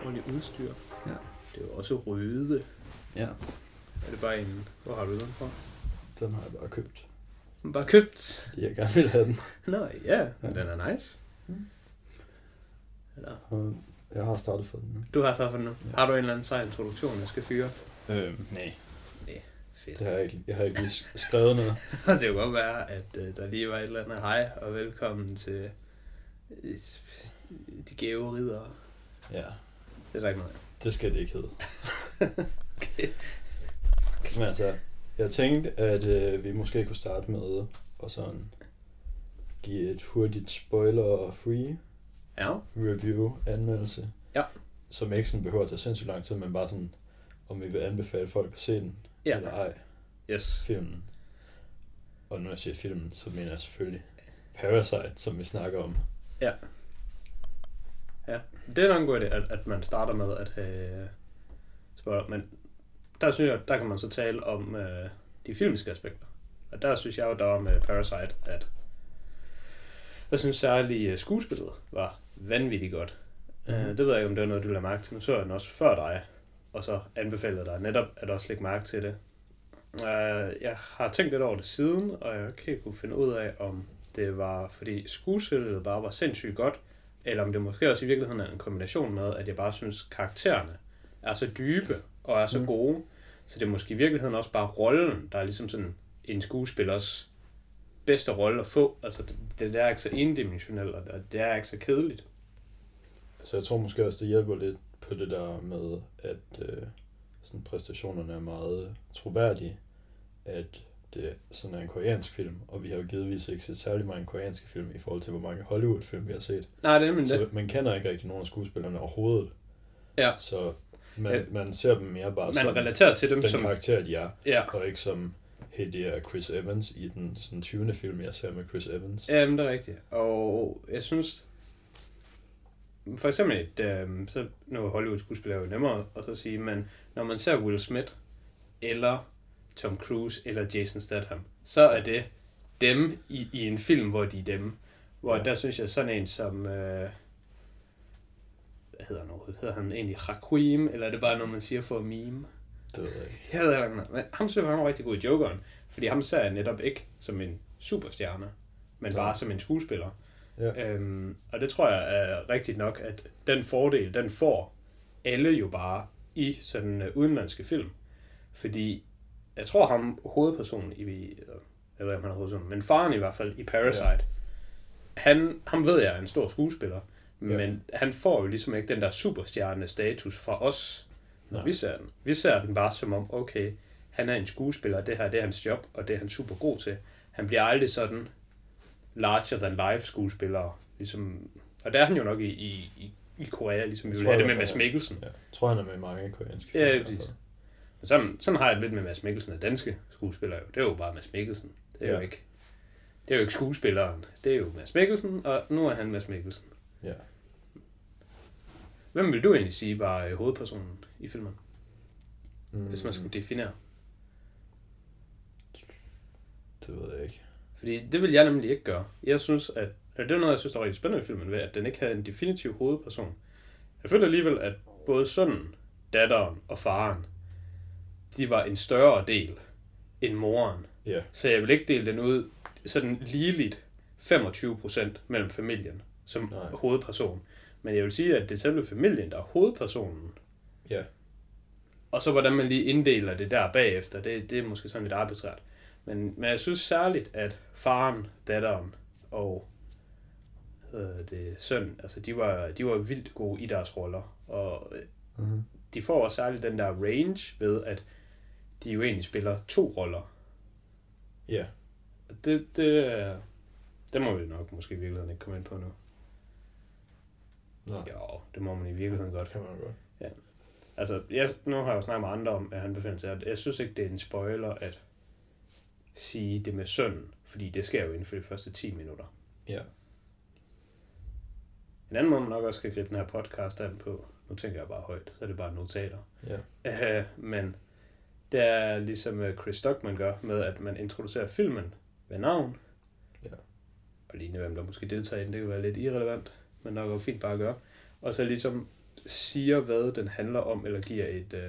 ordentligt udstyr. Ja. Det er jo også røde. Ja. Er det bare en... Hvor har du den fra? Den har jeg bare købt. Bare købt? Fordi jeg gerne vil have den. Nå, ja. Den er nice. Eller... Og jeg har startet for den nu. Du har så for den nu. Ja. Har du en eller anden sej introduktion, jeg skal fyre? Nej. Nej. Fedt. Det har jeg ikke. Jeg har ikke lige skrevet noget. Det kan godt være, at der lige var et eller andet hej, og velkommen til de gave ridere. Ja. Det er der ikke noget. Det skal det ikke hedde. Okay. Men altså, jeg tænkte, at vi måske kunne starte med at sådan give et hurtigt spoiler-free Ja. review-anmeldelse. Ja. Som ikke sådan behøver at tage sindssygt lang tid, men bare sådan, om vi vil anbefale folk at se den, Ja. eller ej, Yes. filmen. Og når jeg siger filmen, så mener jeg selvfølgelig Parasite, som vi snakker om. Ja. Ja. Det er nok en god idé, at man starter med at have spoiler. Men der synes jeg, der kan man så tale om de filmiske aspekter. Og der synes jeg jo, der var med Parasite, at jeg synes særligt skuespillet var vanvittigt godt. Det ved jeg ikke, om det var noget, du lagde mærke til. Nu så jeg den også før dig, og så anbefalede dig netop at også lægge mærke til det. Jeg har tænkt lidt over det siden, og jeg kan ikke kunne finde ud af, om det var, fordi skuespillet bare var sindssygt godt, eller om det måske også i virkeligheden er en kombination med, at jeg bare synes, karaktererne er så dybe og er så gode, så det er måske i virkeligheden også bare rollen, der er ligesom sådan en skuespillers bedste rolle at få. Altså det er ikke så endimensionelt, og det er ikke så kedeligt. Så jeg tror måske også, det hjælper lidt på det der med, at sådan præstationerne er meget troværdige, at det sådan er en koreansk film, og vi har jo givetvis ikke set særlig mange koreanske film i forhold til, hvor mange Hollywood-film vi har set. Nej, det er nemlig så det. man kender ikke rigtig nogen af skuespillerne overhovedet. Ja. Så man ser dem mere bare Man som relaterer til dem den som karakter, de er, ja. og ikke som, hey, det er Chris Evans i den sådan 20. film, jeg ser med Chris Evans. Jamen, det er rigtigt. Og jeg synes, for eksempel, så nu er Hollywood-skuespillere jo nemmere at så sige, men når man ser Will Smith, eller Tom Cruise, eller Jason Statham, så er det dem i en film, hvor de er dem. Hvor der synes jeg sådan en som, hvad hedder han overhovedet? Hedder han egentlig Rakim, eller er det bare noget, man siger for at meme? Det ved jeg ikke. Jeg ved ikke, men ham synes jeg, han var rigtig god i Jokeren, fordi ham ser jeg netop ikke som en superstjerne, men bare som en skuespiller. Ja. Og det tror jeg er rigtigt nok, at den fordel, den får alle jo bare i sådan udenlandske film. Fordi jeg tror ham hovedpersonen jeg ved ikke, om han er hovedpersonen, men faren i hvert fald i Parasite, ham ved jeg er en stor skuespiller, men han får jo ligesom ikke den der superstjerne status fra os, når vi ser den. Vi ser den bare som om, okay, han er en skuespiller, det her det er hans job, og det er han super god til. Han bliver aldrig sådan larger than life skuespillere, ligesom, og der er han jo nok i Korea, ligesom vi vil have det med Mads Mikkelsen. Ja. Jeg tror, han er med i mange koreanske film. Ja, præcis. Men sådan har jeg det lidt med Mads Mikkelsen af danske skuespillere jo. Det er jo bare Mads Mikkelsen. Det er jo ikke skuespilleren. Det er jo Mads Mikkelsen, og nu er han Mads Mikkelsen. Ja. Hvem vil du egentlig sige var hovedpersonen i filmen? Hvis man skulle definere. Det ved jeg ikke. Fordi det vil jeg nemlig ikke gøre. Jeg synes, at det er noget, jeg synes, der er rigtig spændende i filmen ved, at den ikke havde en definitiv hovedperson. Jeg føler alligevel, at både sønnen, datteren og faren, de var en større del end moren. Yeah. Så jeg vil ikke dele den ud sådan ligeligt 25% mellem familien som hovedperson. Men jeg vil sige, at det er selve familien, der er hovedpersonen. Ja. Yeah. Og så hvordan man lige inddeler det der bagefter, det er måske sådan lidt arbitrært. Men jeg synes særligt, at faren, datteren og søn, altså de var vildt gode i deres roller. Og de får også særligt den der range ved, at de jo egentlig spiller 2 roller. Ja. Det må vi nok måske i virkeligheden ikke komme ind på nu. Nej. Jo, det må man i virkeligheden godt. Kan man godt. Ja. Altså, nu har jeg jo snakket med andre om, at han befinder sig. Jeg synes ikke, det er en spoiler at sige det med sønnen, fordi det sker jo inden for de første 10 minutter. Ja. En anden måde, man nok også skal gribe den her podcast an på, nu tænker jeg bare højt, så er det bare notater. Ja. Men det er ligesom Chris Stockman gør, med at man introducerer filmen ved navn. Ja. Og lige hvem der måske deltager i den, det kan være lidt irrelevant, men nok er fint bare at gøre. Og så ligesom siger, hvad den handler om, eller giver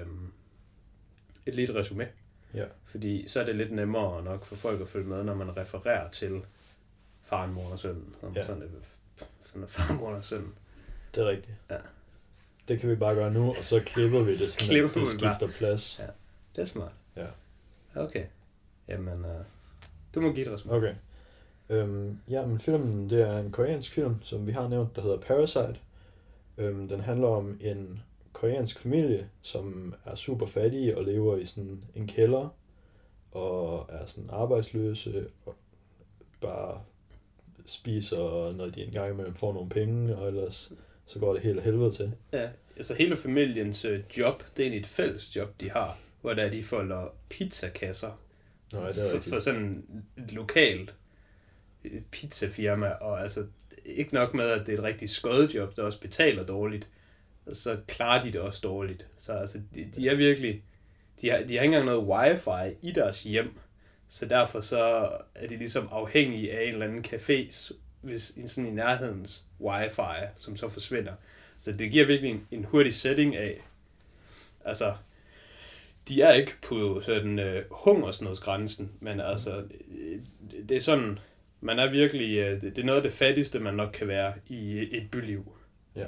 et lille resumé. Ja. Fordi så er det lidt nemmere nok for folk at følge med, når man refererer til faren, mor og sønnen. Sådan faren, mor og sønnen. Det er rigtigt. Ja. Det kan vi bare gøre nu, og så klipper vi det sådan, at det skifter plads. Ja, det er smart. Ja. Okay. Jamen, du må give et resumé. Okay. Men filmen, det er en koreansk film, som vi har nævnt, der hedder Parasite. Den handler om en koreansk familie, som er super fattige og lever i sådan en kælder, og er sådan arbejdsløse, og bare spiser, når de engang imellem får nogle penge, og ellers så går det helt af helvede til. Ja, altså hele familiens job, det er egentlig et fælles job, de har, hvor der de folder pizzakasser for sådan et lokalt pizzafirma, og altså ikke nok med, at det er et rigtig skødejob, der også betaler dårligt, og så klarer de det også dårligt. Så altså, de er virkelig, de har ikke engang noget wifi i deres hjem, så derfor så er de ligesom afhængige af en eller anden cafés, hvis sådan i nærhedens wifi, som så forsvinder. Så det giver virkelig en hurtig setting af, altså, de er ikke på sådan hungersnødsgrænsen, men altså, det er sådan, man er virkelig, det er noget af det fattigste, man nok kan være i et byliv. Ja.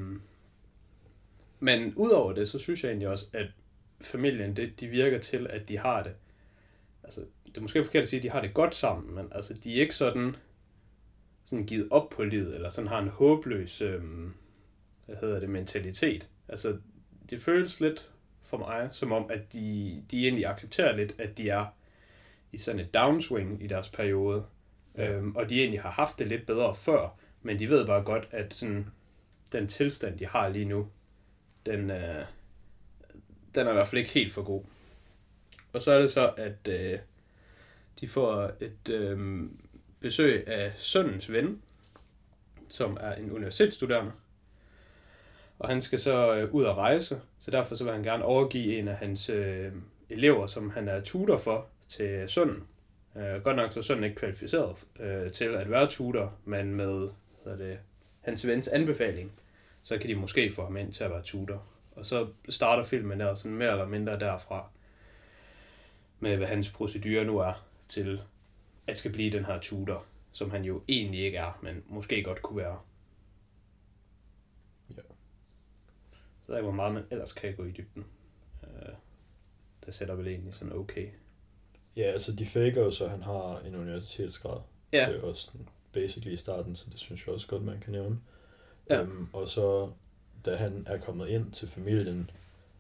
Men udover det, så synes jeg egentlig også, at familien, de virker til, at de har det, altså, det er måske forkert at sige, at de har det godt sammen, men altså, de er ikke sådan givet op på livet, eller sådan har en håbløs, mentalitet. Altså, det føles lidt for mig, som om, at de egentlig accepterer lidt, at de er i sådan et downswing i deres periode, og de egentlig har haft det lidt bedre før, men de ved bare godt, at sådan, den tilstand, de har lige nu, den er i hvert fald ikke helt for god. Og så er det så, at de får et besøg af sønnens ven, som er en universitetsstuderende. Og han skal så ud og rejse, så derfor så vil han gerne overgive en af hans elever, som han er tutor for, til sønnen. Godt nok så er sønnen ikke kvalificeret til at være tutor, men med hans vens anbefaling, så kan de måske få ham ind til at være tutor. Og så starter filmen der sådan mere eller mindre derfra, med hvad hans procedure nu er til at skal blive den her tutor, som han jo egentlig ikke er, men måske godt kunne være. Ja. Så der er hvor meget man ellers kan gå i dybden. Der sætter vel egentlig sådan okay. Ja, altså de faker jo så, at han har en universitetsgrad. Ja. Det er også basically i starten, så det synes jeg også godt, man kan nævne. Ja. Og så, da han er kommet ind til familien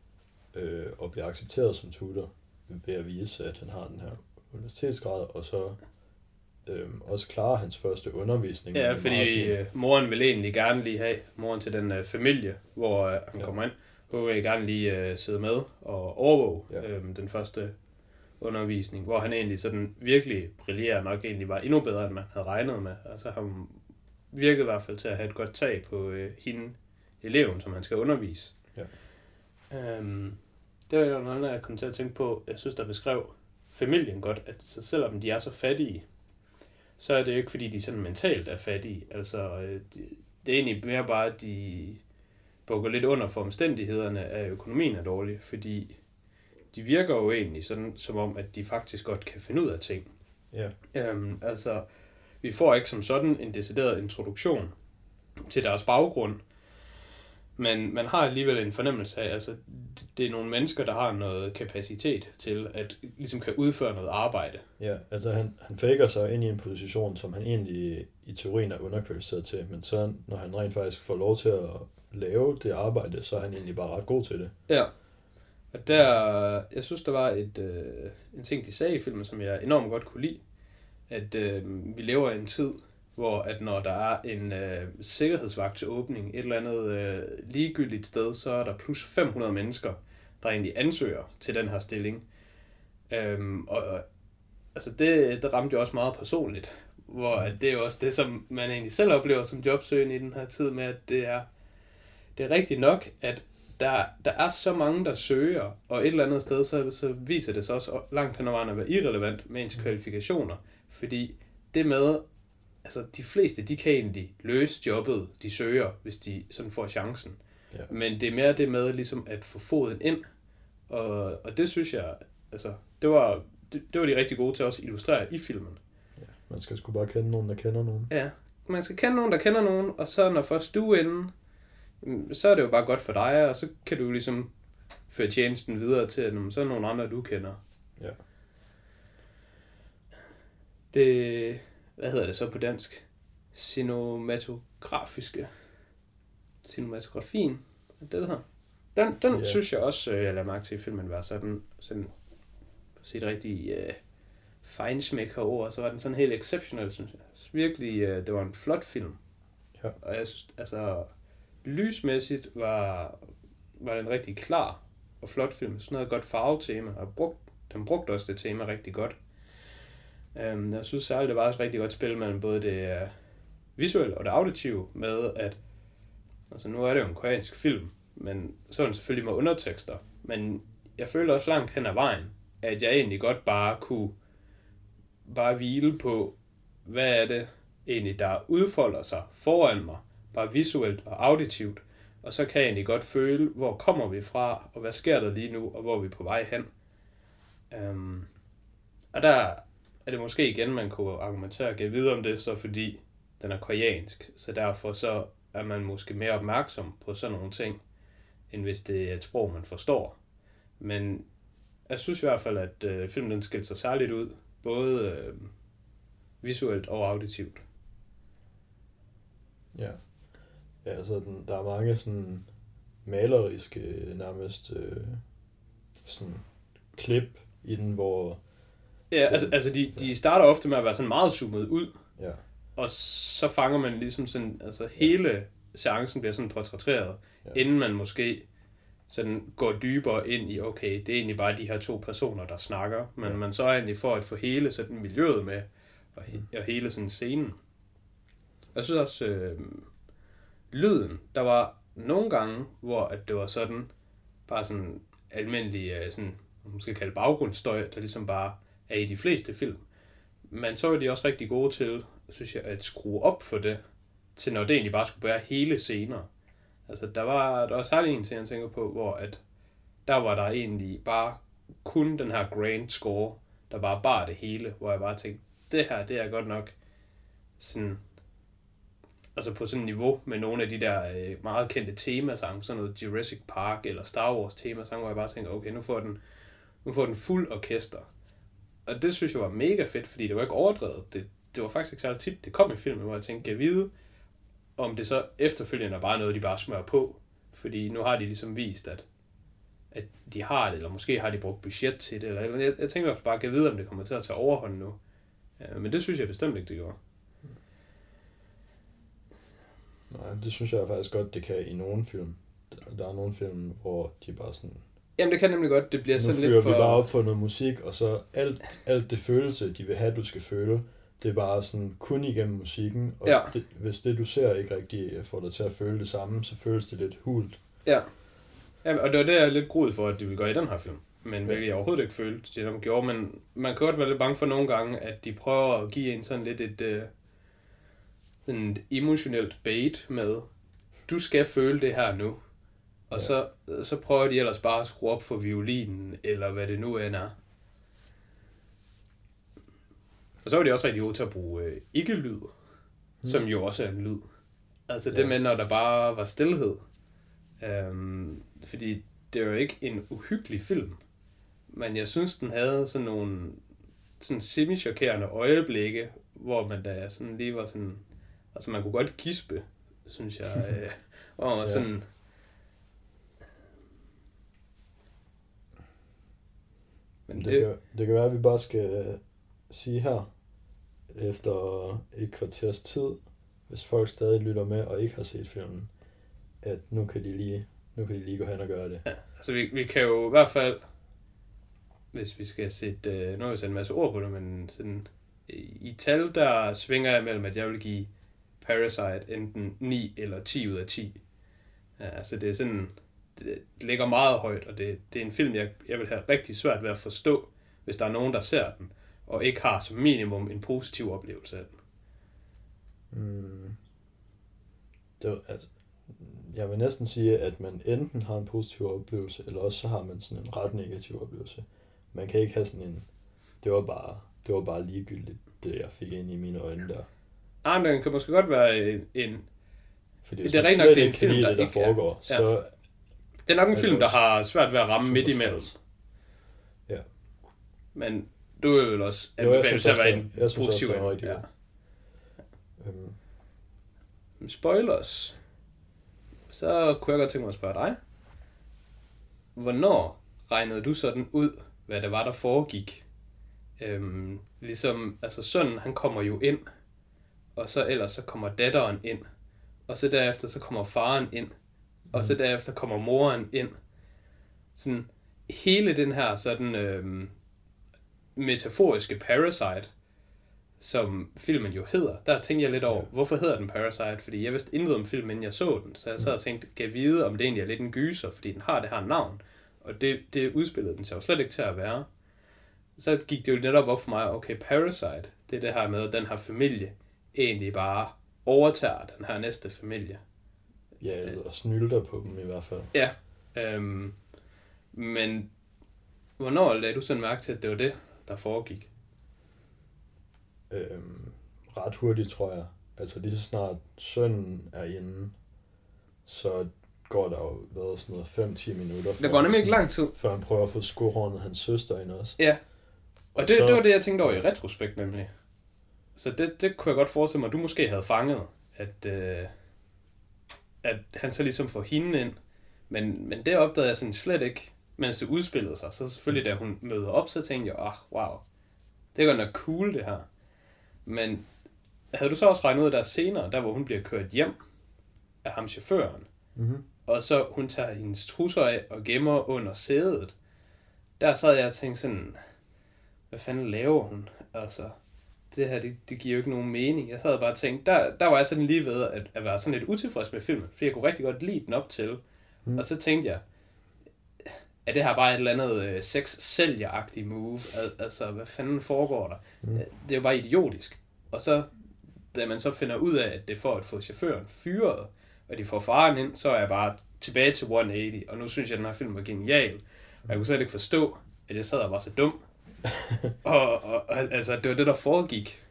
og bliver accepteret som tutor, ved at vise, at han har den her universitetsgrad, og så også klarer hans første undervisning. Ja, fordi moren vil egentlig gerne lige have, moren til den familie, hvor han kommer ind, hun vil gerne lige sidde med og overvåge den første undervisning, hvor han egentlig sådan virkelig brillerer, nok egentlig var endnu bedre, end man havde regnet med. Altså han virkede i hvert fald til at have et godt tag på hende, eleven, som han skal undervise. Ja. Det var jo noget andet, jeg kom til at tænke på, jeg synes, der beskrev familien godt, at så selvom de er så fattige, så er det jo ikke, fordi de sådan mentalt er fattige. Altså, det er egentlig mere bare, at de bukker lidt under for omstændighederne, af økonomien er dårlig, fordi de virker jo egentlig sådan, som om, at de faktisk godt kan finde ud af ting. Ja. Altså, vi får ikke som sådan en decideret introduktion til deres baggrund, men man har alligevel en fornemmelse af, altså, det er nogle mennesker, der har noget kapacitet til at ligesom kan udføre noget arbejde. Ja, altså han faker sig ind i en position, som han egentlig i teorien er underkvalificeret til, men så når han rent faktisk får lov til at lave det arbejde, så er han egentlig bare ret god til det. Ja, og der, jeg synes, der var en ting, de sagde i filmen, som jeg enormt godt kunne lide, at vi lever i en tid, hvor at når der er en sikkerhedsvagtsåbning et eller andet ligegyldigt sted, så er der plus 500 mennesker, der egentlig ansøger til den her stilling. Og altså det ramte jo også meget personligt, hvor at det er jo også det, som man egentlig selv oplever som jobsøgende i den her tid, med at det er rigtigt nok, at der er så mange, der søger, og et eller andet sted, så viser det sig også langt hen ad vejen at være irrelevant med ens kvalifikationer, fordi det med, altså de fleste, de kan egentlig løse jobbet, de søger, hvis de sådan får chancen. Ja. Men det er mere det med ligesom at få foden ind, og det synes jeg, altså, det var de rigtig gode til også at illustrere i filmen. Ja, man skal sgu bare kende nogen, der kender nogen. Ja, man skal kende nogen, der kender nogen, og så når først du er inde, så er det jo bare godt for dig, og så kan du ligesom føre tjenesten videre til, at så er nogle andre, du kender. Ja. Det, hvad hedder det så på dansk? Cinematografien, det her. Den synes jeg også, jeg lader mærke til i filmen, var sådan for at sige et rigtig feinschmecker ord, så var den sådan helt exceptionel, synes jeg. Virkelig, det var en flot film. Ja. Og jeg synes, altså, lysmæssigt var den rigtig klar og flot film. Sådan noget godt farvetema, og den brugte også det tema rigtig godt. Jeg synes særligt, det var et rigtig godt spil mellem både det visuelle og det auditive med, at altså nu er det jo en koreansk film, men så er den selvfølgelig med undertekster. Men jeg følte også langt hen ad vejen, at jeg egentlig godt bare kunne hvile på, hvad er det egentlig, der udfolder sig foran mig, bare visuelt og auditivt. Og så kan jeg egentlig godt føle, hvor kommer vi fra, og hvad sker der lige nu, og hvor er vi på vej hen. Og der er det måske igen, man kunne argumentere og give videre om det, så fordi den er koreansk. Så derfor så er man måske mere opmærksom på sådan nogle ting, end hvis det er et sprog, man forstår. Men jeg synes i hvert fald, at filmen den skilte sig særligt ud, både visuelt og auditivt. Ja. Ja, altså der er mange sådan maleriske nærmest sådan klip i den, hvor... Ja, altså de starter ofte med at være sådan meget zoomet ud, ja. Og så fanger man ligesom sådan, altså hele seancen bliver sådan portrætteret, inden man måske sådan går dybere ind i, okay, det er egentlig bare de her to personer, der snakker, men man så egentlig får at få hele sådan miljøet med, og hele sådan scenen. Jeg synes også, lyden, der var nogle gange, hvor at det var sådan, bare sådan almindelig, sådan, man skal kalde baggrundsstøj, der ligesom bare er i de fleste film. Men så var de også rigtig gode til, synes jeg, at skrue op for det, til når det egentlig bare skulle bære hele scener. Altså, der var særlig en scene, jeg tænker på, hvor at der var der egentlig bare kun den her grand score, der bare det hele, hvor jeg bare tænkte, det her, det er godt nok sådan, altså på sådan et niveau med nogle af de der meget kendte temasange, sådan noget Jurassic Park eller Star Wars temasange, hvor jeg bare tænkte, okay, nu får den fuld orkester. Og det synes jeg var mega fedt, fordi det var ikke overdrevet. Det var faktisk ikke særlig tit, det kom i filmen, hvor jeg tænkte, kan jeg vide, om det så efterfølgende er bare noget, de bare smører på. Fordi nu har de ligesom vist, at de har det, eller måske har de brugt budget til det. Eller jeg tænker også bare, kan jeg vide, om det kommer til at tage overhånd nu. Men det synes jeg bestemt ikke, det gjorde. Nej, det synes jeg faktisk godt, det kan i nogle film. Der er nogle film, hvor de bare sådan... Jamen det kan nemlig godt, det bliver sådan lidt for... Nu fyrer vi bare op for noget musik, og så alt det følelse, de vil have, du skal føle, det er bare sådan kun igennem musikken, og hvis det du ser ikke rigtig får dig til at føle det samme, så føles det lidt hult. Ja. Jamen, og det var det, jeg er lidt gruet for, at de ville gøre i den her film. Men hvilket jeg overhovedet ikke følte, det de gjorde, men man kan godt være lidt bange for nogle gange, at de prøver at give en sådan lidt et emotionelt bait med, du skal føle det her nu. Og så prøver de ellers bare at skrue op for violinen, eller hvad det nu end er. Og så var de også rigtig gode til at bruge ikke-lyd, som jo også er en lyd. Altså det med, når der bare var stilhed. Fordi det er jo ikke en uhyggelig film, men jeg synes, den havde sådan nogle sådan semi-chokerende øjeblikke, hvor man da sådan lige var sådan... Altså man kunne godt gispe, synes jeg. Hvor man sådan... Men det kan være, at vi bare skal sige her, efter et kvarters tid, hvis folk stadig lytter med og ikke har set filmen, at nu kan de lige gå hen og gøre det. Ja, altså vi kan jo i hvert fald, hvis vi skal sætte, nu har jeg sat en masse ord på det, men sådan, i tal, der svinger jeg mellem, at jeg vil give Parasite enten 9 eller 10 ud af 10. Ja, altså det er sådan, det ligger meget højt, og det er en film, jeg vil have rigtig svært ved at forstå, hvis der er nogen, der ser den, og ikke har som minimum en positiv oplevelse af den. Det var, altså, Jeg vil næsten sige, at man enten har en positiv oplevelse, eller også så har man sådan en ret negativ oplevelse. Man kan ikke have sådan en, det var bare ligegyldigt, det jeg fik ind i mine øjne der. Ah, men det kan måske godt være en Fordi hvis det er man rent nok, slet det er en ikke kan film, lide der det, der ikke er- foregår, Ja. så Det er nok en Er det film, der også har svært ved at ramme midt super imellem. træls. Ja. Men du vil vel også Jo, jeg anbefale synes til at også, være det- en jeg synes positiv også, det er ende. rigtig Ja. godt. Spoilers. Så kunne jeg godt tænke mig at spørge dig. Hvornår regnede du sådan ud, hvad det var, der foregik? Ligesom, altså sønnen, han kommer jo ind, og så ellers så kommer datteren ind, og så derefter så kommer faren ind, og så derefter kommer moren ind. Sådan hele den her sådan metaforiske Parasite, som filmen jo hedder, der tænkte jeg lidt over, hvorfor hedder den Parasite? Fordi jeg vidste intet om filmen, inden jeg så den, så jeg sad og tænkte, kan jeg vide, om det egentlig er lidt en gyser, fordi den har det her navn, og det udspillede den sig jo slet ikke til at være. Så gik det jo netop op for mig, okay, Parasite, det er det her med, at den her familie egentlig bare overtager den her næste familie. Ja, og snylder på dem i hvert fald. Ja, men hvornår lagde du sådan mærke til, at det var det, der foregik? Ret hurtigt, tror jeg. Altså lige så snart sønnen er inde, så går der jo været sådan noget 5-10 minutter. Der går nemlig ikke lang tid. Før han prøver at få skohornet hans søster ind også. Ja, og det, så- det var det, jeg tænkte over i retrospekt nemlig. Så det kunne jeg godt forestille mig, at du måske havde fanget, at han så ligesom får hende ind. Men det opdagede jeg sådan slet ikke, mens det udspillede sig. Så selvfølgelig, da hun møder op, så tænkte jeg, wow, det er godt nok cool det her. Men havde du så også regnet ud der senere, der hvor hun bliver kørt hjem af ham chaufføren, Mm-hmm. og så hun tager hendes trusser af og gemmer under sædet. Der sad jeg og tænkte sådan, hvad fanden laver hun? Altså, det her, det giver jo ikke nogen mening. Jeg sad bare og tænkte, der var jeg sådan lige ved at være sådan lidt utilfreds med filmen, fordi jeg kunne rigtig godt lide den op til. Og så tænkte jeg, er det her bare et eller andet sex-sælger-agtigt move? Altså, hvad fanden foregår der? Det er jo bare idiotisk. Og så, da man så finder ud af, at det er for at få chaufføren fyret, og de får faren ind, så er jeg bare tilbage til 180, og nu synes jeg, at den her film var genial. Og jeg kunne slet ikke forstå, at jeg sad og var så dum. og altså, det var det, der foregik.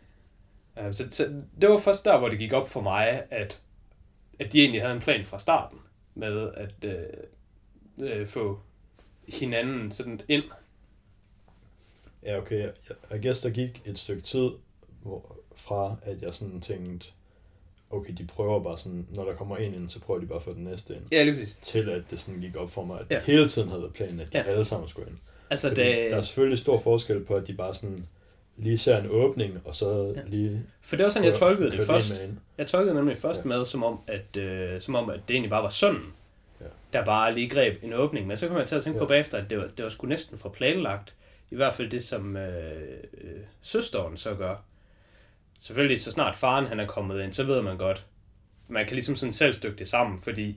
Så det var først der, hvor det gik op for mig, at de egentlig havde en plan fra starten, med at få hinanden sådan ind. Ja, okay. Jeg guess, der gik et stykke tid, fra at jeg sådan tænkte, okay, de prøver bare sådan, når der kommer en ind, så prøver de bare at få den næste ind. Ja, lige præcis. Til at det sådan gik op for mig, at Ja. det hele tiden havde været planen, at de Ja. alle sammen skulle ind. Altså, Fordi der er selvfølgelig stor forskel på, at de bare sådan lige ser en åbning, og så lige... For det var sådan, jeg tolkede det kører først. en med ind. Jeg tolkede nemlig først med, som om, at det egentlig bare var sønnen, der bare lige greb en åbning. Men så kom jeg til at tænke på bagefter, at det var sgu næsten for planlagt. I hvert fald det, som søsteren så gør. Selvfølgelig, så snart faren han er kommet ind, så ved man godt. Man kan ligesom sådan selv stykke det sammen, fordi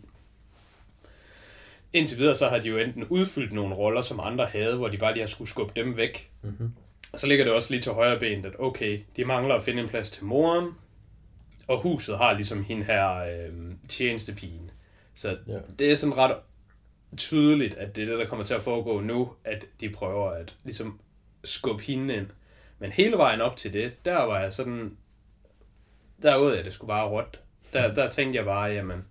indtil videre, så har de jo enten udfyldt nogle roller, som andre havde, hvor de bare lige har skulle skubbe dem væk. Mm-hmm. Og så ligger det også lige til højre benet, at okay, de mangler at finde en plads til moren, og huset har ligesom hende her tjenestepigen. Så det er sådan ret tydeligt, at det er det, der kommer til at foregå nu, at de prøver at ligesom skubbe hende ind. Men hele vejen op til det, der var jeg sådan, derude af det skulle bare råt. Der tænkte jeg bare, jamen,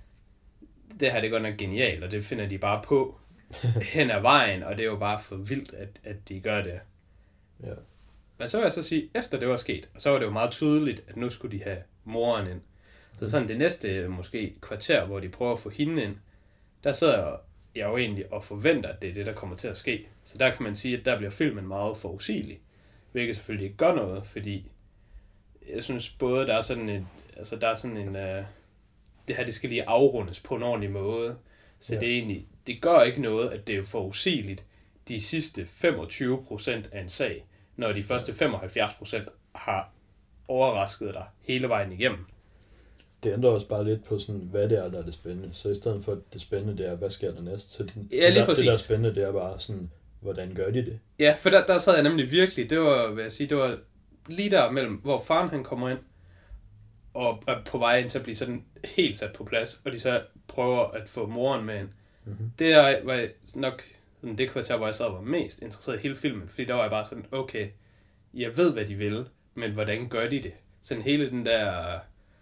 det her det er godt nok genialt, og det finder de bare på hen ad vejen, og det er jo bare for vildt, at de gør det. Ja. Men så vil jeg så sige, efter det var sket, og så var det jo meget tydeligt, at nu skulle de have moren ind. Så sådan det næste måske kvarter, hvor de prøver at få hende ind, der sidder jeg jo egentlig og forventer, at det er det, der kommer til at ske. Så der kan man sige, at der bliver filmen meget forudsigelig. Hvilket selvfølgelig ikke gør noget, fordi jeg synes både, der er sådan en, det her, det skal lige afrundes på en ordentlig måde. Så det er egentlig, det gør ikke noget, at det er forudsigeligt de sidste 25% af en sag, når de første 75% har overrasket dig hele vejen igennem. Det ændrer også bare lidt på sådan, hvad det er, der er det spændende. Så i stedet for, at det spændende, det er, hvad sker der næste? Så det der er spændende, det er bare sådan, hvordan gør de det? Ja, for der sad jeg nemlig virkelig, det var lige der mellem, hvor faren han kommer ind, og er på vej ind til at blive sådan helt sat på plads, og de så prøver at få moren med ind. Mm-hmm. Det var nok det kvarter, hvor jeg sad og var mest interesseret i hele filmen, fordi der var jeg bare sådan, okay, jeg ved, hvad de vil, men hvordan gør de det? Sådan hele den der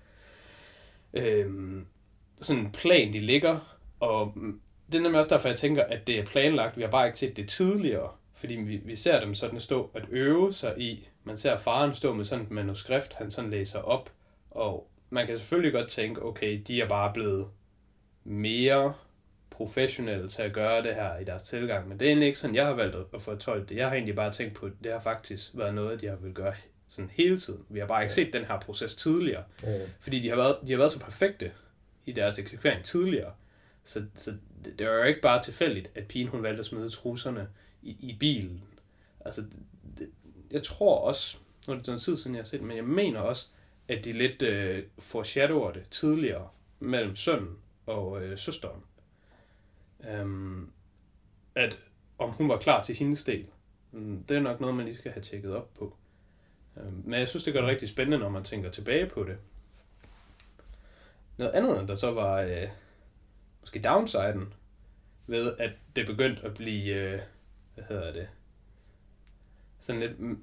sådan plan, de ligger, og det er nemlig også derfor, jeg tænker, at det er planlagt. Vi har bare ikke set det tidligere, fordi vi ser dem sådan stå at øve sig i. Man ser faren stå med sådan et manuskript, han sådan læser op, og man kan selvfølgelig godt tænke, okay, de er bare blevet mere professionelle til at gøre det her i deres tilgang, men det er egentlig ikke sådan, jeg har valgt at fortolke det. Jeg har egentlig bare tænkt på, at det har faktisk været noget, de har vil gøre sådan hele tiden. Vi har bare ikke set den her proces tidligere, fordi de har været så perfekte i deres eksekvering tidligere, så det var jo ikke bare tilfældigt, at pigen hun valgte at smide trusserne i bilen. Altså, jeg tror også, nu er det sådan tid siden jeg har set, men jeg mener også, at de lidt foreshadower det tidligere mellem sønnen og søsteren. At om hun var klar til hendes del, det er nok noget, man lige skal have tjekket op på. Men jeg synes, det gør det rigtig spændende, når man tænker tilbage på det. Noget andet, der så var måske downsiden ved, at det begyndte at blive, sådan lidt,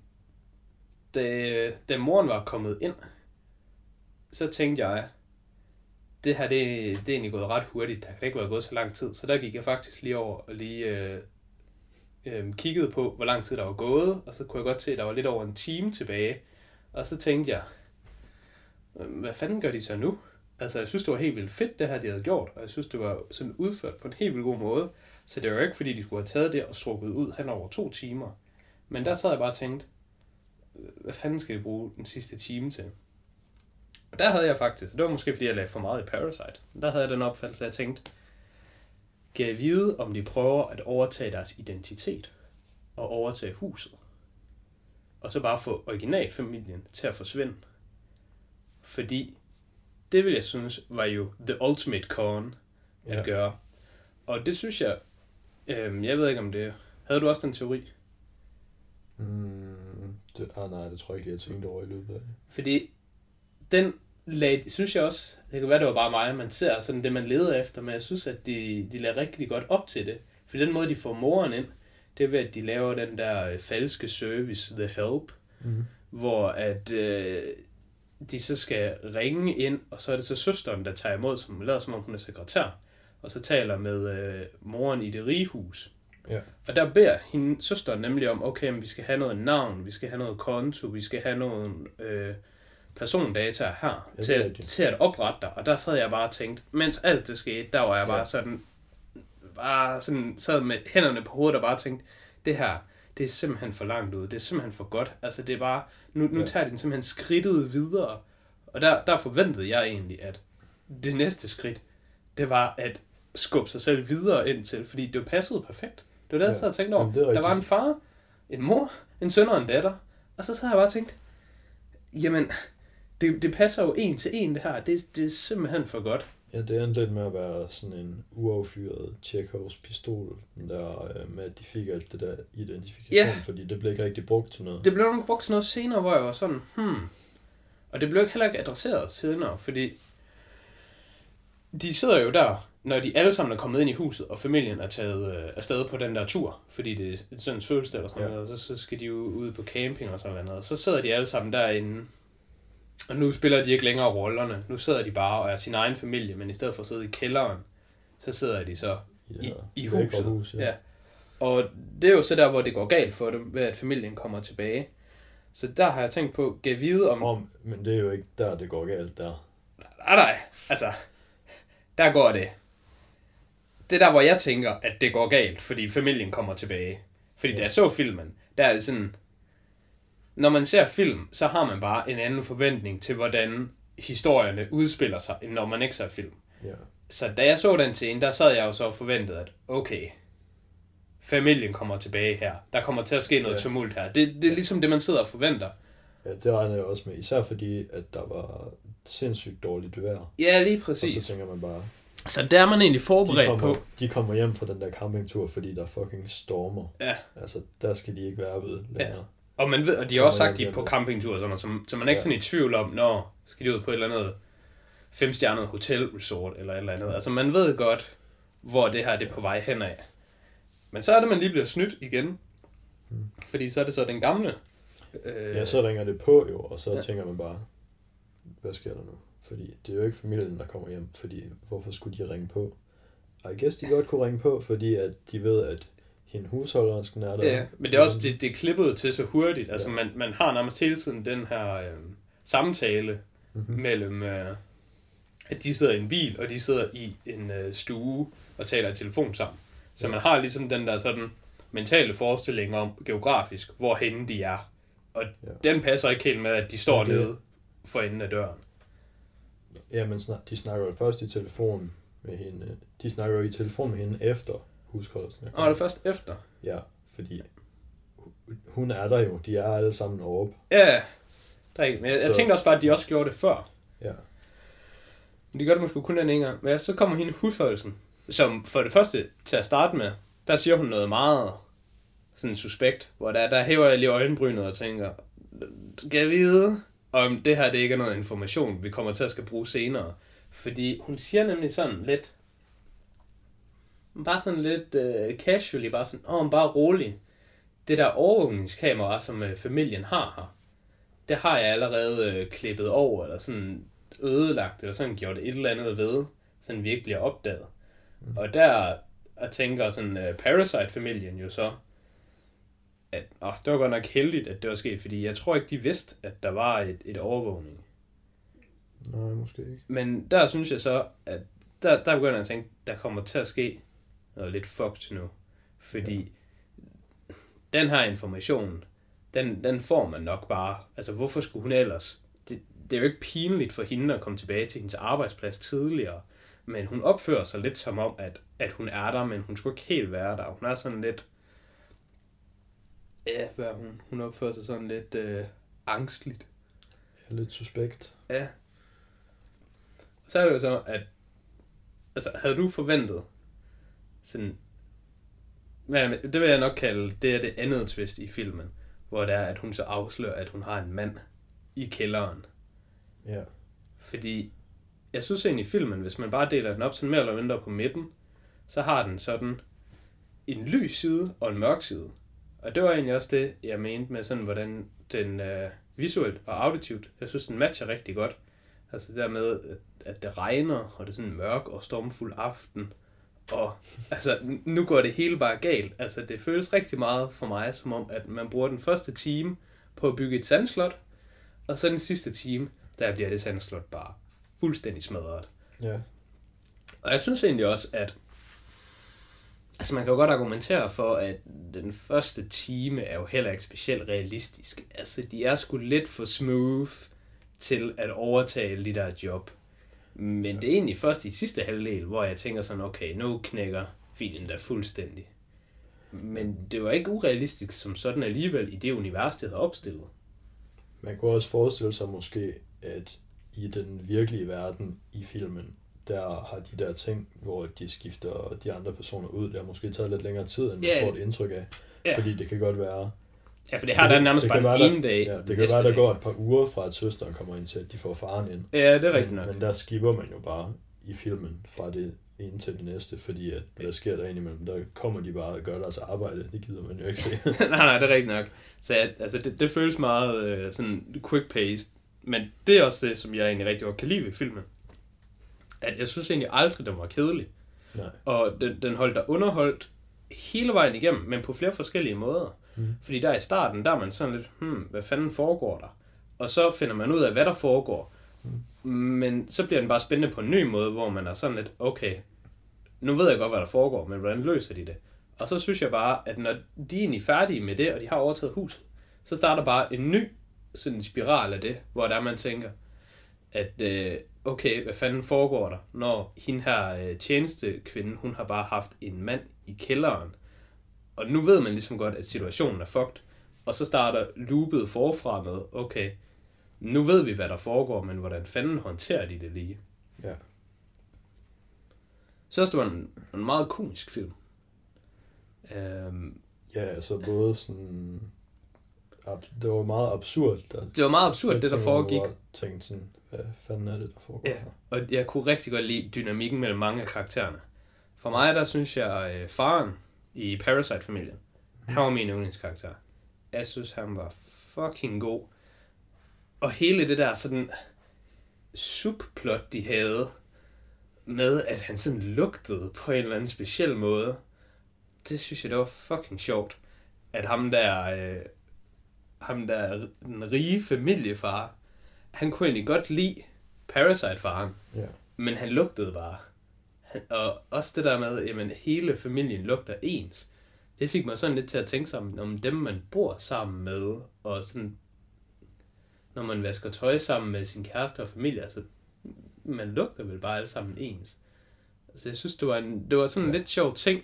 da moren var kommet ind, så tænkte jeg, det her, det er egentlig gået ret hurtigt. Der kan ikke være gået så lang tid. Så der gik jeg faktisk lige over og lige kiggede på, hvor lang tid der var gået. Og så kunne jeg godt se, at der var lidt over en time tilbage. Og så tænkte jeg, hvad fanden gør de så nu? Altså, jeg synes, det var helt vildt fedt, det her, de havde gjort. Og jeg synes, det var sådan udført på en helt vildt god måde. Så det var jo ikke, fordi de skulle have taget det og strukket ud hen over 2 timer. Men der sad jeg bare og tænkte, hvad fanden skal de bruge den sidste time til? Og der havde jeg faktisk, det var måske fordi jeg lagde for meget i Parasite, der havde jeg den opfattelse, at jeg tænkte, kan jeg vide, om de prøver at overtage deres identitet og overtage huset, og så bare få originalfamilien til at forsvinde. Fordi det vil jeg synes var jo the ultimate con at gøre. Og det synes jeg, jeg ved ikke om det, havde du også den teori? Nej, det tror jeg ikke, jeg tænkte over i løbet af det. Fordi den synes jeg også, det kan være, det var bare mig, man ser sådan det, man leder efter, men jeg synes, at de lader rigtig godt op til det. For den måde, de får moren ind, det er ved, at de laver den der falske service, The Help, hvor at de så skal ringe ind, og så er det så søsteren, der tager imod, som lader som om hun er sekretær, og så taler med moren i det rige hus. Ja. Og der beder hende, søsteren nemlig om, okay, men vi skal have noget navn, vi skal have noget konto, vi skal have nogle persondata her til at oprette dig. Og der sad jeg bare og tænkte, mens alt det skete, der var jeg bare sådan sad med hænderne på hovedet og bare tænkte, det her, det er simpelthen for langt ud, det er simpelthen for godt. Altså det er bare, nu tager de simpelthen skridtet videre. Og der forventede jeg egentlig, at det næste skridt, det var at skubbe sig selv videre ind til, fordi det passede perfekt. Det var det, jeg sad og tænkte over. Der var en far, en mor, en søn og en datter. Og så sad jeg bare og tænkte, jamen, det passer jo en til en det her. Det er simpelthen for godt. Ja, det endte lidt med at være sådan en uaffyret Tjekhovs pistol, der med at de fik alt det der identifikation, fordi det blev ikke rigtig brugt til noget. Det blev nok brugt til noget senere, hvor jeg var sådan, Og det blev heller ikke adresseret senere, fordi de sidder jo der, når de alle sammen er kommet ind i huset, og familien er taget afsted på den der tur, fordi det er et søns fødselsdag eller sådan noget, og så skal de jo ud på camping og sådan noget. Så sidder de alle sammen derinde, og nu spiller de ikke længere rollerne. Nu sidder de bare og er sin egen familie, men i stedet for at sidde i kælderen, så sidder de så i huset. Ja. Og det er jo så der, hvor det går galt for dem, ved at familien kommer tilbage. Så der har jeg tænkt på, gav vide om... Men det er jo ikke der, det går galt der. Nej, altså... Der går det. Det er der, hvor jeg tænker, at det går galt, fordi familien kommer tilbage. Fordi da jeg så filmen, der er det sådan... Når man ser film, så har man bare en anden forventning til, hvordan historierne udspiller sig, end når man ikke ser film. Ja. Så da jeg så den scene, der sad jeg jo så forventet, at okay, familien kommer tilbage her. Der kommer til at ske noget tumult her. Det er ligesom det, man sidder og forventer. Ja, det regner jeg også med. Især fordi, at der var sindssygt dårligt vejr. Ja, lige præcis. Og så tænker man bare... Så der er man egentlig forberedt på... De kommer hjem fra den der campingtur, fordi der fucking stormer. Ja. Altså, der skal de ikke være ved længere. Og man ved, og de har også sagt, de er på campingtur og sådan noget, så man er ikke sådan i tvivl om, når skal de ud på et eller andet 5-stjernet hotelresort eller et eller andet. Altså man ved godt, hvor det her det er på vej henad. Men så er det, man lige bliver snydt igen. Fordi så er det så den gamle. Ja, så ringer det på jo, og så tænker man bare, hvad sker der nu? Fordi det er jo ikke familien, der kommer hjem, fordi hvorfor skulle de ringe på? Og I guess de godt kunne ringe på, fordi at de ved, at hende husholdersken er der. Ja, men det er også det er klippet til så hurtigt. Altså man har nærmest hele tiden den her samtale mellem, at de sidder i en bil, og de sidder i en stue og taler i telefon sammen. Så man har ligesom den der sådan mentale forestilling om geografisk, hvor henne de er. Og den passer ikke helt med, at de står nede for enden af døren. Ja, men de snakker jo først i telefon med hende. De snakker jo i telefon med hende efter husholdersken. Og det er først efter? Ja, fordi hun er der jo. De er alle sammen oppe. Ja, der er ikke. Men jeg tænkte også bare, at de også gjorde det før. Ja. Men de gør det måske kun en gang. Men så kommer hende husholdelsen, som for det første til at starte med, der siger hun noget meget sådan suspekt, hvor der hæver jeg lige øjenbrynet og tænker, kan jeg vide, om det her det ikke er noget information, vi kommer til at skal bruge senere. Fordi hun siger nemlig sådan lidt, bare sådan lidt casually, bare sådan, bare rolig. Det der overvågningskamera, som familien har her, det har jeg allerede klippet over, eller sådan ødelagt, eller sådan gjort et eller andet ved, sådan vi ikke bliver opdaget. Og der tænker sådan Parasite-familien jo så, at det var godt nok heldigt, at det var sket, fordi jeg tror ikke, de vidste, at der var et overvågning. Nej, måske ikke. Men der synes jeg så, at der begynder jeg at tænke, der kommer til at ske noget lidt fucked nu. Fordi den her information, den får man nok bare. Altså, hvorfor skulle hun ellers? Det er jo ikke pinligt for hende at komme tilbage til hendes arbejdsplads tidligere. Men hun opfører sig lidt som om, at hun er der, men hun skulle ikke helt være der. Hun er sådan lidt... Ja, hvad er hun? Hun opfører sig sådan lidt angstligt. Ja, lidt suspekt. Ja. Så er det jo så, at... Altså, havde du forventet sådan... Det vil jeg nok kalde, det er det andet twist i filmen. Hvor det er, at hun så afslører, at hun har en mand i kælderen. Ja. Fordi... Jeg synes egentlig i filmen, hvis man bare deler den op sådan mere eller mindre på midten, så har den sådan en lys side og en mørk side. Og det var egentlig også det, jeg mente med sådan, hvordan den visuelt og auditivt, jeg synes, den matcher rigtig godt. Altså det der med, at det regner, og det er sådan en mørk og stormfuld aften. Og altså, nu går det hele bare galt. Altså det føles rigtig meget for mig, som om, at man bruger den første time på at bygge et sandslot, og så den sidste time, der bliver det sandslot bare fuldstændig smadret. Ja. Og jeg synes egentlig også, at altså man kan jo godt argumentere for, at den første time er jo heller ikke specielt realistisk. Altså de er sgu lidt for smooth til at overtage de der job. Men det er egentlig først i sidste halvdel, hvor jeg tænker sådan, okay, nu knækker filmen der fuldstændig. Men det var ikke urealistisk som sådan alligevel i det univers, det havde opstillet. Man kunne også forestille sig måske, at i den virkelige verden i filmen, der har de der ting, hvor de skifter de andre personer ud, der har måske taget lidt længere tid, end man får et indtryk af. Ja. Fordi det kan godt være... Ja, for det her der er nærmest bare en dag. Ja, det kan være, der går et par uger fra, at søsteren kommer ind til, at de får faren ind. Ja, det er rigtigt nok. Men der skipper man jo bare i filmen fra det ene til det næste, fordi at, hvad sker der indimellem? Der kommer de bare og gør deres arbejde. Det gider man jo ikke se. nej, det er rigtigt nok. Så altså, det føles meget sådan quick-paced. Men det er også det, som jeg egentlig rigtig godt kan lide ved filmen. At jeg synes egentlig aldrig, den var kedelig. Nej. Og den holdt dig underholdt hele vejen igennem, men på flere forskellige måder. Fordi der i starten, der er man sådan lidt, hvad fanden foregår der? Og så finder man ud af, hvad der foregår. Men så bliver den bare spændende på en ny måde, hvor man er sådan lidt, okay, nu ved jeg godt, hvad der foregår, men hvordan løser de det? Og så synes jeg bare, at når de er egentlig færdige med det, og de har overtaget huset, så starter bare en ny sådan en spiral af det, hvor der man tænker, at okay, hvad fanden foregår der, når hende her tjenestekvinde, hun har bare haft en mand i kælderen. Og nu ved man ligesom godt, at situationen er fucked. Og så starter loopet forfra med, okay, nu ved vi, hvad der foregår, men hvordan fanden håndterer de det lige? Ja. Så også det var en meget komisk film. Ja, altså både sådan det var meget absurd. Det var meget absurd, det der foregik. Jeg tænkte sådan, hvad fanden er det, der foregår her? Og jeg kunne rigtig godt lide dynamikken mellem mange af karaktererne. For mig, der synes jeg, faren i Parasite-familien, han var min yndlingskarakter. Jeg synes, han var fucking god. Og hele det der sådan subplot, de havde, med at han sådan lugtede på en eller anden speciel måde, det synes jeg, det var fucking sjovt. At ham der den rige familiefar, han kunne egentlig godt lide Parasite-faren, men han lugtede bare. Og også det der med, jamen hele familien lugter ens, det fik mig sådan lidt til at tænke sammen om dem, man bor sammen med, og sådan, når man vasker tøj sammen med sin kæreste og familie, altså, man lugter vel bare alle sammen ens. Altså, jeg synes, det var sådan en lidt sjov ting,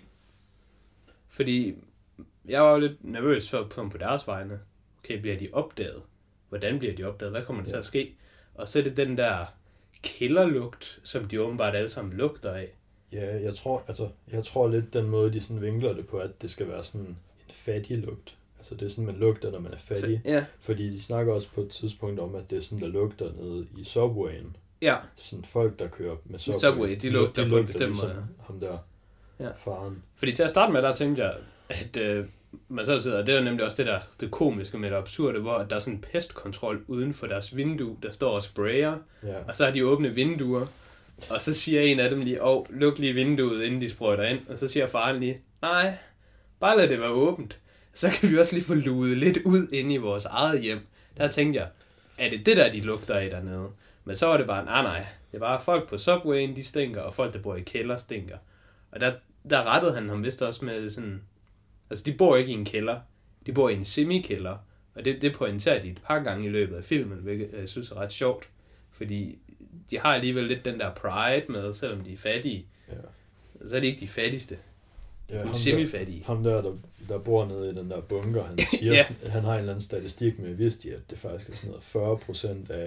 fordi jeg var jo lidt nervøs for på deres vegne. Okay, bliver de opdaget? Hvordan bliver de opdaget? Hvad kommer der til at ske? Og så er det den der kælderlugt, som de åbenbart alle sammen lugter af. Ja, jeg tror lidt den måde, de sådan vinkler det på, at det skal være sådan en fattig lugt. Altså det er sådan, man lugter, når man er fattig. Ja. Fordi de snakker også på et tidspunkt om, at det er sådan, der lugter nede i Subwayen. Ja. Sådan folk, der kører med Subway, de lugter på en bestemt måde. Ham der, faren. Fordi til at starte med, der tænkte jeg, at man så sidder, og det er nemlig også det komiske med det absurde, hvor der er sådan en pestkontrol uden for deres vindue, der står og sprayer, og så har de åbne vinduer, og så siger en af dem lige, luk lige vinduet, inden de sprøjter ind, og så siger faren lige, nej, bare lad det være åbent, så kan vi også lige få luet lidt ud inde i vores eget hjem. Der tænkte jeg, er det der, de lugter af dernede? Men så var det bare, nej, det er bare folk på Subwayen, de stinker, og folk, der bor i kælder, stinker. Og der rettede han ham vist også med sådan, altså de bor ikke i en kælder, de bor i en semikælder, og det pointerer de et par gange i løbet af filmen, hvilket jeg synes er ret sjovt, fordi de har alligevel lidt den der pride med, selvom de er fattige, så er de ikke de fattigste. Ja, semi-fattige. Ham der bor nede i den der bunker, han siger, han har en eller anden statistik med, vidste de, at det faktisk er sådan noget 40%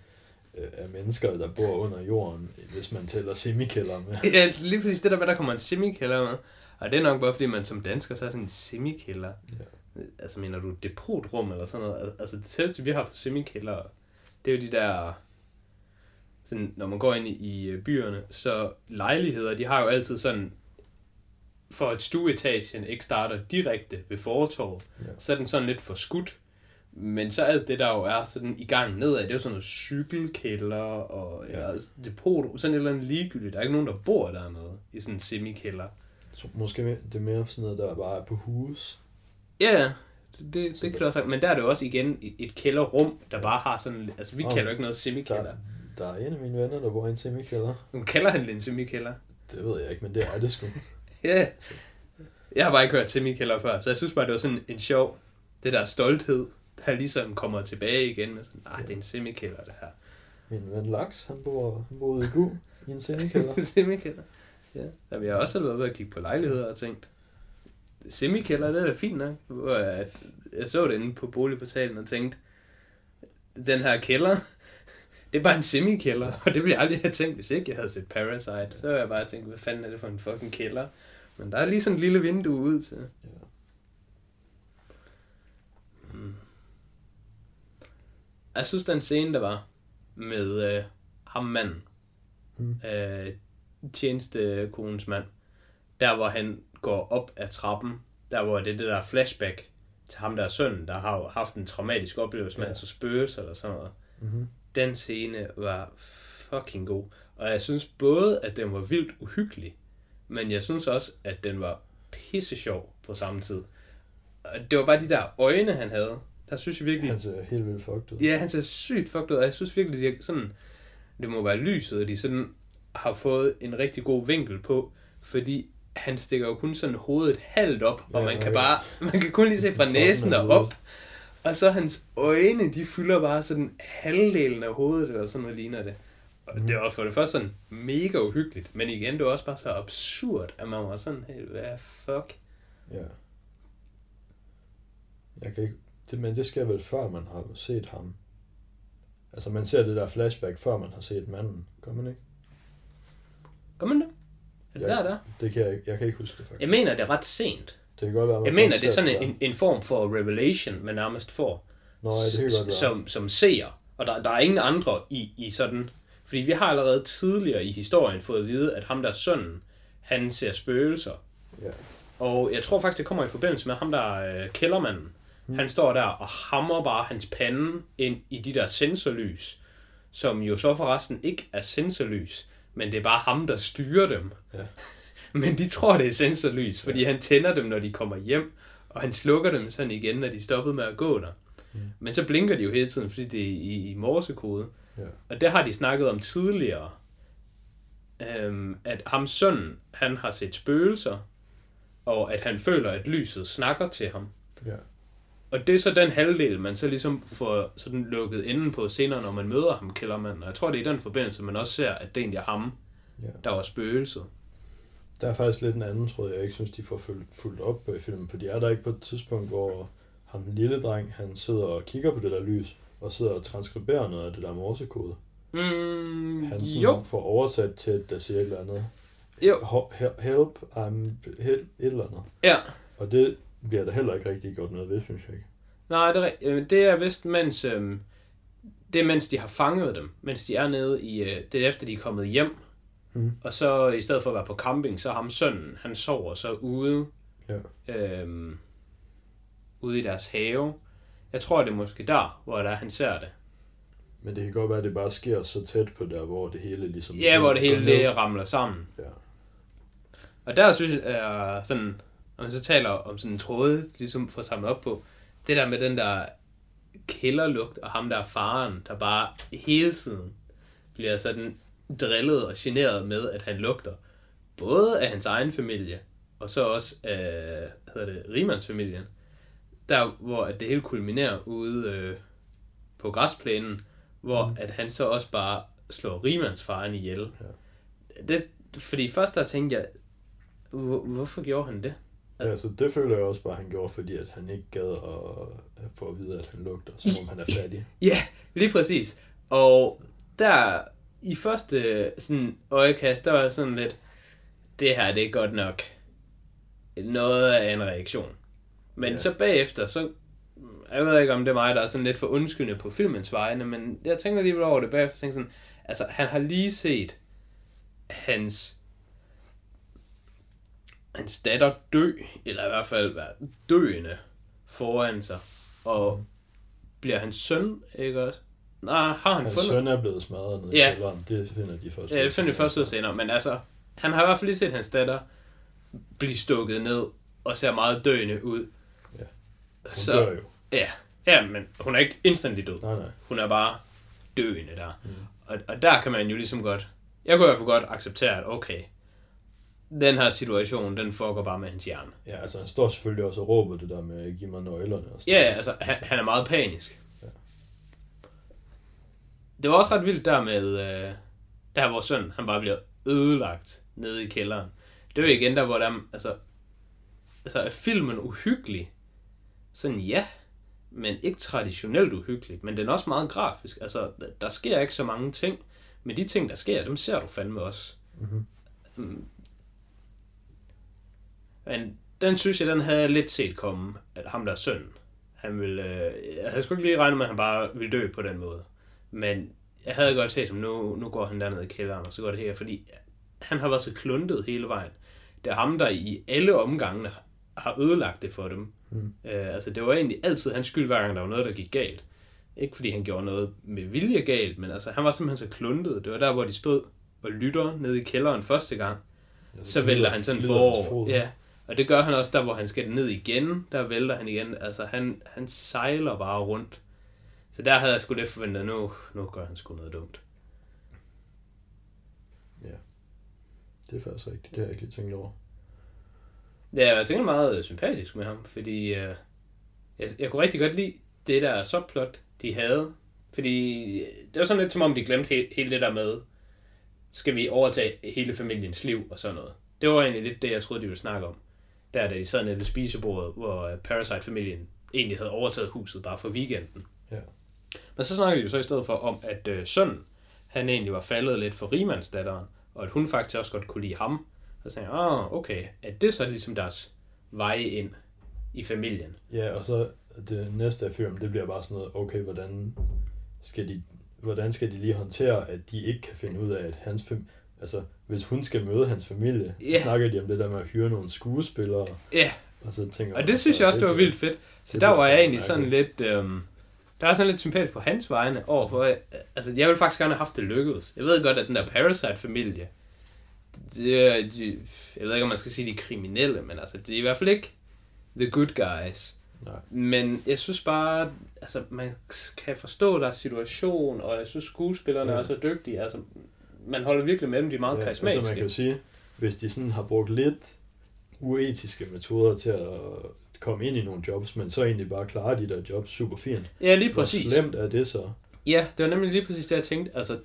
af mennesker, der bor under jorden, hvis man tæller semikælder med. Ja, lige præcis det der med, der kommer en semikælder med. Og det er nok bare, fordi man som dansker, så er sådan en semikælder. Ja. Altså, mener du depotrum eller sådan noget? Altså, det tætteste, vi har på semikælder, det er jo de der, sådan, når man går ind i byerne, så lejligheder, de har jo altid sådan, for at stueetagen ikke starter direkte ved fortorvet, så er den sådan lidt forskudt. Men så alt det, der jo er sådan i gang nedad, det er jo sådan noget cykelkælder og depot, sådan et eller andet ligegyldigt. Der er ikke nogen, der bor dernede i sådan en semikælder. Så måske det er mere sådan noget, der bare er på hus. Ja, det kan du også sige. Men der er det jo også igen et kælderrum, der bare har sådan, altså vi kalder jo ikke noget semikælder. Der er en af mine venner, der bor i en semikælder. Kalder han det en semikælder? Det ved jeg ikke, men det er det sgu. Ja, jeg har bare ikke hørt semikælder før, så jeg synes bare, det var sådan en sjov, det der stolthed, der ligesom kommer tilbage igen, og sådan, det er en semikælder, det her. Min ven Laks, han boede i Gu i en semikælder. Semikælder, ja. Jamen, jeg har også været ved at kigge på lejligheder og tænkt, semikælder, det er da fint nok. Jeg så det inde på boligportalen og tænkte, den her kælder, det er bare en semikælder, og det ville jeg aldrig have tænkt, hvis ikke jeg havde set Parasite. Så havde jeg bare tænkt, hvad fanden er det for en fucking kælder? Men der er lige sådan en lille vindue ud til. Ja. Jeg synes, den scene, der var med ham manden, tjenestekonens mand, der hvor han går op ad trappen, der hvor det der flashback til ham der sønnen, der har jo haft en traumatisk oplevelse med hans spøgelser eller sådan noget. Den scene var fucking god. Og jeg synes både, at den var vildt uhyggelig, men jeg synes også, at den var pisse sjov på samme tid. Og det var bare de der øjne, han havde. Der synes jeg virkelig... Han ser helt vildt fucked ud. Ja, han ser sygt fucked ud, og jeg synes virkelig, de sådan... Det må være lyset, at de sådan har fået en rigtig god vinkel på, fordi han stikker jo kun sådan hovedet halvt op, og man kan kun lige se fra næsen og op. Og så hans øjne, de fylder bare sådan halvdelen af hovedet, eller sådan noget ligner det. Og det var for det første sådan mega uhyggeligt, men igen, det var også bare så absurd, at man var sådan, hey, hvad fuck? Ja. Jeg kan ikke... Men det sker vel før man har set ham. Altså man ser det der flashback, før man har set manden. Gør man ikke? Gør man det? Er det der? Det kan jeg kan ikke huske det faktisk. Jeg mener, det er ret sent. Det kan godt være, jeg mener, det er sådan en form for revelation, man nærmest får. Nå, ja, det kan godt være. Som seer. Og der er ingen andre i sådan... Fordi vi har allerede tidligere i historien fået at vide, at ham der sønnen, han ser spøgelser. Ja. Og jeg tror faktisk, det kommer i forbindelse med ham der kældermanden. Han står der og hammer bare hans pande ind i de der sensorlys, som jo så forresten ikke er sensorlys, men det er bare ham, der styrer dem. Ja. Men de tror, det er sensorlys, fordi han tænder dem, når de kommer hjem, og han slukker dem sådan igen, når de stoppede med at gå der. Men så blinker de jo hele tiden, fordi det er i morsekode. Ja. Og det har de snakket om tidligere, at ham sønnen, han har set spøgelser, og at han føler, at lyset snakker til ham. Ja. Og det er så den halvdel, man så ligesom får sådan lukket inden på senere, når man møder ham, kældermanden. Og jeg tror, det er i den forbindelse, man også ser, at det egentlig er ham, der var spøgelset. Der er faktisk lidt en anden tråd, jeg ikke synes, de får fuldt op på i filmen. For de er der ikke på et tidspunkt, hvor ham den lille dreng, han sidder og kigger på det der lys, og sidder og transkriberer noget af det der morsekode. Han sådan får oversat til, at der siger et eller andet. Jo. Help, et eller andet. Ja. Og det bliver der heller ikke rigtig gjort noget ved, synes jeg ikke. Nej, det er vist, mens de har fanget dem, mens de er nede i, det er efter de er kommet hjem. Og så i stedet for at være på camping, så ham sønnen, han sover så ude, ude i deres have. Jeg tror, det er måske der, hvor han ser det. Men det kan godt være, at det bare sker så tæt på der, hvor det hele ligesom... Ja, hvor det hele det ramler sammen. Ja. Og der synes jeg, sådan, når man så taler om sådan en tråd, ligesom for at samle op på, det der med den der kælderlugt, og ham der faren, der bare hele tiden bliver sådan drillet og generet med, at han lugter. Både af hans egen familie, og så også af, rigmandsfamilien. Der, hvor det hele kulminerer ude på græsplænen, hvor at han så også bare slår rigmandsfaren ihjel. Ja. Fordi først der tænkte jeg, hvorfor gjorde han det? Ja, så det føler jeg også bare, han gjorde, fordi at han ikke gad at få at vide, at han lugter, som om han er færdig. Ja, lige præcis. Og der i første sådan øjekast, der var sådan lidt, det her, det er godt nok noget af en reaktion. Men så bagefter, så jeg ved ikke, om det er mig, der er sådan lidt for undskyldende på filmens vegne, men jeg tænker alligevel over det bagefter, tænker sådan, altså han har lige set hans datter dø, eller i hvert fald være døende foran sig, og bliver hans søn, ikke også? Nej, har han hans fundet... søn er blevet smadret ned i kælderen, det finder de først. Ja, det finder de først ud senere, men altså, han har i hvert fald lige set hans datter blive stukket ned, og ser meget døende ud. Ja, hun dør jo. Ja, men hun er ikke instantly død. Nej. Hun er bare døende der. Og der kan man jo ligesom godt... Jeg kunne i hvert fald godt acceptere, at okay, den her situation, den foregår bare med hans hjerne. Ja, altså han står selvfølgelig også og råber det der med, giv mig nøglerne. Og ja, altså han er meget panisk. Ja. Det var også ret vildt der med, der hvor søn, han bare bliver ødelagt nede i kælderen. Det er jo igen der, hvor der, altså er filmen uhyggelig? Sådan ja, men ikke traditionelt uhyggelig, men den er også meget grafisk. Altså, der sker ikke så mange ting, men de ting, der sker, dem ser du fandme også. Men den synes jeg, den havde jeg lidt set komme, at ham der er søn, han ville, jeg havde sgu ikke lige regnet med, at han bare ville dø på den måde. Men jeg havde godt set, at nu går han dernede i kælderen, og så går det her, fordi han har været så kluntet hele vejen. Det er ham, der i alle omgangene har ødelagt det for dem. Altså det var egentlig altid hans skyld, hver gang der var noget, der gik galt. Ikke fordi han gjorde noget med vilje galt, men altså han var simpelthen så kluntet. Det var der, hvor de stod og lytter nede i kælderen første gang. Ja, så vælter han sådan forover. Ja, og det gør han også der, hvor han skal ned igen. Der vælter han igen. Altså han sejler bare rundt. Så der havde jeg sgu lidt forventet, at nu gør han sgu noget dumt. Ja, det er faktisk rigtigt. Det har jeg ikke lige tænkt over. Ja, jeg tænker meget sympatisk med ham, fordi jeg kunne rigtig godt lide det der subplot, de havde. Fordi det var sådan lidt som om, de glemte hele det der med, skal vi overtage hele familiens liv og sådan noget. Det var egentlig lidt det, jeg troede, de ville snakke om. Da de sad nede ved spisebordet, hvor Parasite-familien egentlig havde overtaget huset bare for weekenden. Ja. Men så snakkede de jo så i stedet for om, at sønnen, han egentlig var faldet lidt for rigmandsdatteren, og at hun faktisk også godt kunne lide ham. Så tænkte jeg, okay, at det så ligesom deres veje ind i familien. Ja, og så det næste af filmen, det bliver bare sådan noget, okay, hvordan skal de lige håndtere, at de ikke kan finde ud af, at hans altså, hvis hun skal møde hans familie, så snakker de om det der med at hyre nogle skuespillere. Ja, og så tænker og det synes jeg også, det var vildt fedt. Så der var jeg egentlig sådan lidt, der er sådan lidt sympatisk på hans vegne overfor, altså jeg ville faktisk gerne have haft det lykkedes. Jeg ved godt, at den der Parasite-familie, jeg ved ikke, om man skal sige, de er kriminelle, men altså, de er i hvert fald ikke the good guys. Nej. Men jeg synes bare, altså man kan forstå deres situation, og jeg synes skuespillerne er så dygtige, altså man holder virkelig med dem, de er meget karismatiske. Altså man kan jo sige, hvis de sådan har brugt lidt uetiske metoder til at komme ind i nogle jobs, men så egentlig bare klare de der jobs super fint. Ja, lige præcis. Hvor slemt er det så? Ja, det var nemlig lige præcis det, jeg tænkte. Altså,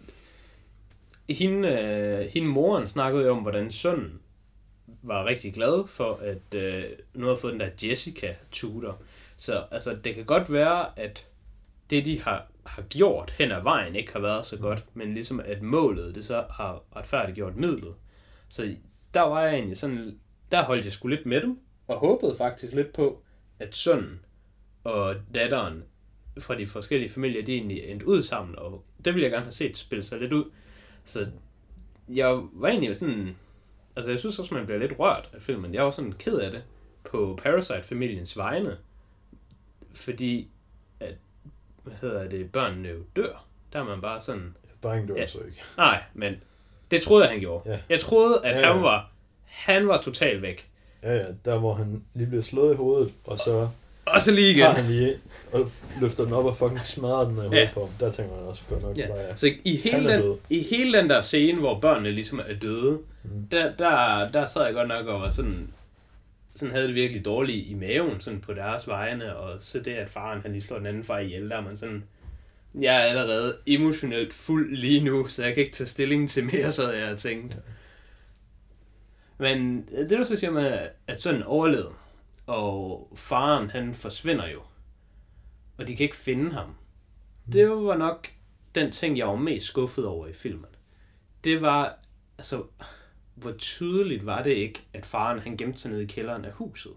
hende moren snakkede jo om, hvordan sønnen var rigtig glad for, at nu har fået den der Jessica-tutor. Så altså, det kan godt være, at det, de har gjort hen ad vejen, ikke har været så godt, men ligesom at målet, det så har retfærdiggjort midlet. Så der var jeg egentlig sådan, der holdt jeg sgu lidt med dem, og håbede faktisk lidt på, at sønnen og datteren fra de forskellige familier, de egentlig endte ud sammen, og det ville jeg gerne have set spille sig lidt ud. Så jeg var egentlig sådan, altså jeg synes også, man bliver lidt rørt af filmen. Jeg var sådan ked af det på Parasite-familiens vegne, fordi at, børnene jo dør. Der er man bare sådan... Drengen dør så ikke. Nej, men det troede jeg, han gjorde. Ja. Jeg troede, at han var totalt væk. Ja, der hvor han lige bliver slået i hovedet, og så lige igen. Tager han lige og løfter den op og fucking smadrer den i hovedet på ham. Der tænker man også godt nok, bare, Så i hele den der scene, hvor børnene ligesom er døde, der sad jeg godt nok og var sådan havde det virkelig dårligt i maven, sådan på deres vegne, og så det, at faren han lige slår den anden far ihjel, der er man sådan, jeg er allerede emotionelt fuld lige nu, så jeg kan ikke tage stilling til mere, så jeg tænkt. Ja. Men det du så siger med, at sønnen overlevede, og faren han forsvinder jo, og de kan ikke finde ham. Det var nok den ting, jeg var mest skuffet over i filmen. Det var, altså, hvor tydeligt var det ikke, at faren han gemte sig nede i kælderen af huset.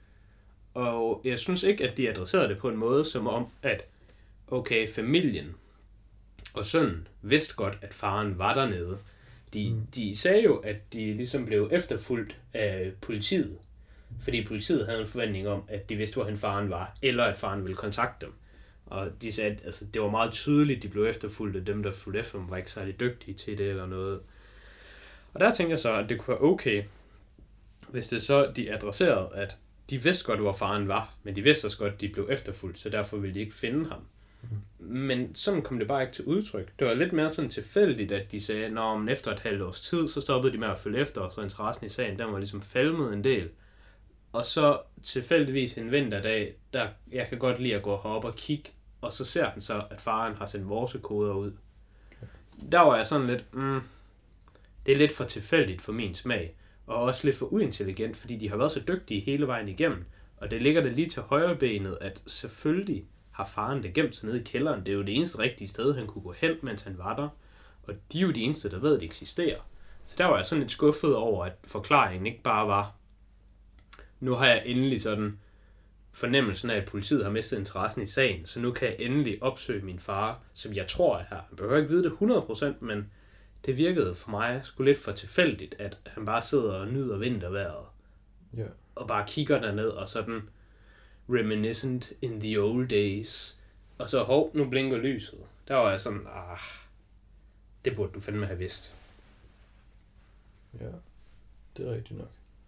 Og jeg synes ikke, at de adresserede det på en måde, som om, at okay, familien og sønnen vidste godt, at faren var dernede. De sagde jo, at de ligesom blev efterfulgt af politiet, fordi politiet havde en forventning om, at de vidste, hvor faren var, eller at faren ville kontakte dem. Og de sagde, at altså, det var meget tydeligt, de blev efterfulgt af dem, der fulgte efter dem, var ikke særlig dygtige til det eller noget. Og der tænker jeg så, at det kunne være okay, hvis det så de adresserede, at de vidste godt, hvor faren var, men de vidste også godt, at de blev efterfulgt, så derfor ville de ikke finde ham. Men sådan kom det bare ikke til udtryk. Det var lidt mere sådan tilfældigt, at de sagde, at efter et halvt års tid, så stoppede de med at følge efter, og så interessen i sagen, den var ligesom falmet en del. Og så tilfældigvis en vinterdag, der jeg kan godt lide at gå herop og kigge, og så ser han så, at faren har sendt morsekoder ud. Der var jeg sådan lidt, det er lidt for tilfældigt for min smag, og også lidt for uintelligent, fordi de har været så dygtige hele vejen igennem, og det ligger det lige til højre benet, at selvfølgelig har faren det gemt sig nede i kælderen. Det er jo det eneste rigtige sted, han kunne gå hen, mens han var der, og de er jo de eneste, der ved, at det eksisterer. Så der var jeg sådan lidt skuffet over, at forklaringen ikke bare var, nu har jeg endelig sådan fornemmelsen af, at politiet har mistet interessen i sagen, så nu kan jeg endelig opsøge min far, som jeg tror er her. Jeg behøver ikke vide det 100%, men det virkede for mig sgu lidt for tilfældigt, at han bare sidder og nyder vintervejret. Yeah. Og bare kigger derned og sådan reminiscent in the old days. Og så, nu blinker lyset. Der var jeg sådan, det burde du fandme have vidst. Ja, det er rigtigt nok.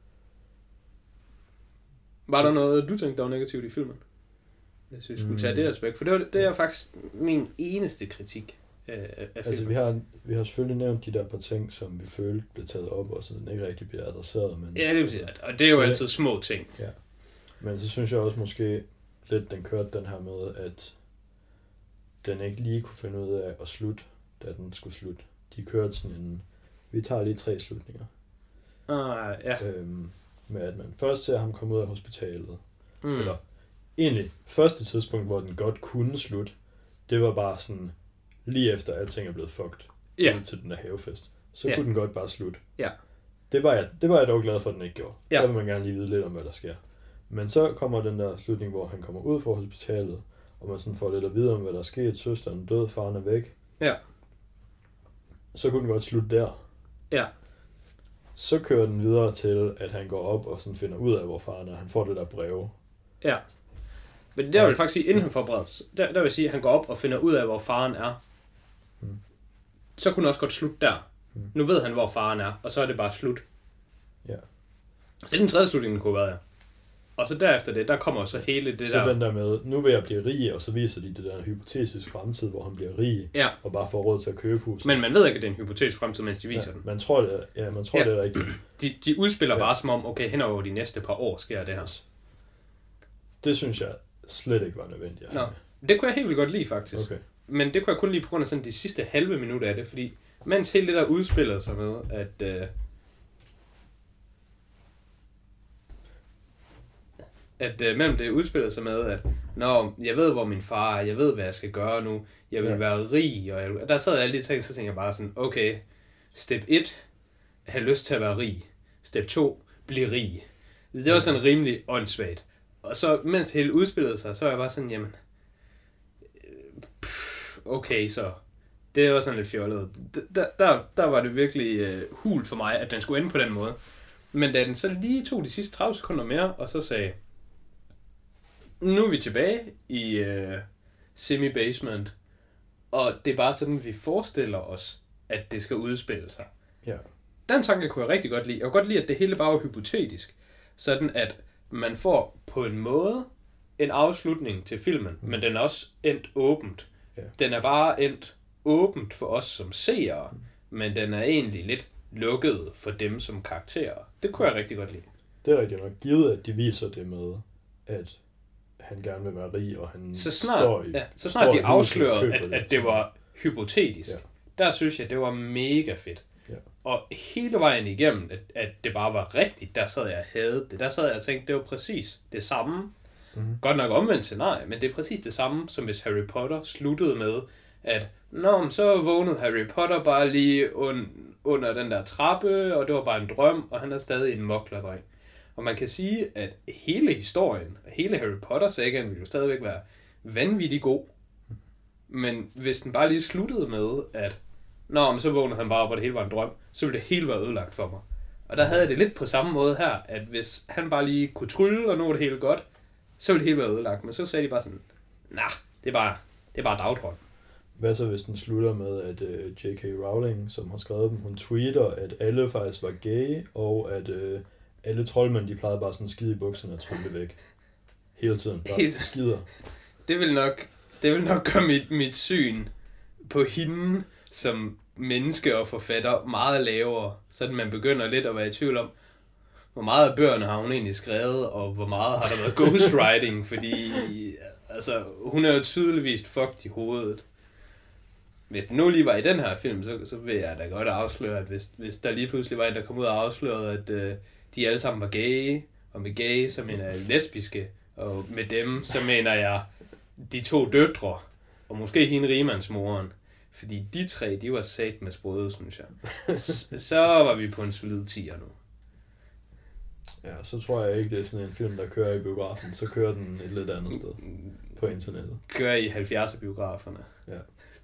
Var der noget, du tænkte, der var negativt i filmen? Hvis vi skulle tage det aspekt. For det er faktisk min eneste kritik af filmen. Altså, vi har selvfølgelig nævnt de der par ting, som vi følte blev taget op, og sådan ikke rigtig bliver adresseret. Men, ja, det vil sige, og det er jo altid små ting. Ja. Men så synes jeg også måske lidt, den kørte den her med, at den ikke lige kunne finde ud af at slutte, da den skulle slutte. De kørte sådan en, vi tager lige 3 slutninger. Ja. Med at man først ser ham komme ud af hospitalet. Eller egentlig, første tidspunkt, hvor den godt kunne slutte, det var bare sådan, lige efter alting er blevet fucked. Ja. Til den der havefest. Så kunne den godt bare slutte. Ja. Det var jeg dog glad for, at den ikke gjorde. Ja. Der vil man gerne lige vide lidt om, hvad der sker. Men så kommer den der slutning, hvor han kommer ud fra hospitalet, og man sådan får lidt at vide om, hvad der er sket. Søsteren er død, faren er væk. Ja. Så kunne den godt slutte der. Ja. Så kører den videre til, at han går op og sådan finder ud af, hvor faren er. Han får det der breve. Ja. Men der vil jeg faktisk sige, inden han forberedes, der vil jeg sige, at han går op og finder ud af, hvor faren er. Så kunne han også godt slutte der. Nu ved han, hvor faren er, og så er det bare slut. Ja. Så det er den tredje slutning, den kunne have været, ja. Og så derefter det, der kommer så hele det så der... Så den der med, nu vil jeg blive rig, og så viser de det der hypotetiske fremtid, hvor han bliver rig, ja. Og bare får råd til at købe hus. Men man ved ikke, at det er en hypotetisk fremtid, mens de viser den. Man tror det, det er rigtigt. De udspiller bare som om, okay, hen over de næste par år sker det her. Det synes jeg slet ikke var nødvendigt. Nå, det kunne jeg helt vildt godt lide, faktisk. Okay. Men det kunne jeg kun lide på grund af sådan de sidste halve minutter af det, fordi mens hele det der udspillede sig med, at mellem det udspillede sig med, at jeg ved, hvor min far er, jeg ved, hvad jeg skal gøre nu, jeg vil være rig, og der sad alle de ting, så tænkte jeg bare sådan, okay, step 1, have lyst til at være rig, step 2, blive rig. Det var sådan rimelig åndssvagt. Og så, mens hele udspillede sig, så var jeg bare sådan, jamen, okay, så det var sådan lidt fjollet. Der var det virkelig hult for mig, at den skulle ende på den måde. Men da den så lige tog de sidste 30 sekunder mere, og så sagde, nu er vi tilbage i semi-basement, og det er bare sådan, vi forestiller os, at det skal udspille sig. Ja. Den tanke kunne jeg rigtig godt lide. Jeg kunne godt lide, at det hele bare var hypotetisk. Sådan at man får på en måde en afslutning til filmen, men den er også endt åbent. Ja. Den er bare endt åbent for os som seere, men den er egentlig lidt lukket for dem som karakterer. Det kunne jeg rigtig godt lide. Det er rigtig nok givet, at de viser det med, at han gerne vil være rig, og han så snart de afslørede, at det var hypotetisk, der synes jeg, det var mega fedt. Ja. Og hele vejen igennem, at det bare var rigtigt, der sad jeg og havde det. Der sad jeg og tænkte, det var præcis det samme. Godt nok omvendt scenarie, men det er præcis det samme, som hvis Harry Potter sluttede med, at så vågnede Harry Potter bare lige under den der trappe, og det var bare en drøm, og han er stadig en moklerdreng. Og man kan sige, at hele historien, hele Harry Potter-sagaen ville jo stadigvæk være vanvittig god. Men hvis den bare lige sluttede med, at så vågnede han bare op, og det hele var en drøm, så ville det hele være ødelagt for mig. Og der havde jeg det lidt på samme måde her, at hvis han bare lige kunne trylle og nå det hele godt, så ville det hele være ødelagt. Men så sagde de bare sådan, det er bare dagdrøm. Hvad så hvis den slutter med, at J.K. Rowling, som har skrevet dem, hun tweeter, at alle faktisk var gay, og at alle troldmænd, de plejede bare sådan skide i bukserne og trylle væk. Hele tiden. Bare skider. Det vil nok gøre mit syn på hende som menneske og forfatter meget lavere, så man begynder lidt at være i tvivl om, hvor meget af bøgerne har hun egentlig skrevet, og hvor meget har der været ghostwriting, fordi altså, hun er jo tydeligvis fucked i hovedet. Hvis det nu lige var i den her film, så vil jeg da godt afsløre, at hvis der lige pludselig var en, der kom ud og afslørede, at de alle sammen var gay, og med gay, så mener jeg lesbiske, og med dem, så mener jeg de 2 døtre, og måske hende rigemandsmoren. Fordi de 3, de var sat med sprøde, synes jeg. Så var vi på en solid 10'er nu. Ja, så tror jeg ikke, det er sådan en film, der kører i biografen. Så kører den et lidt andet sted på internettet. Kører i 70'er biograferne. Ja.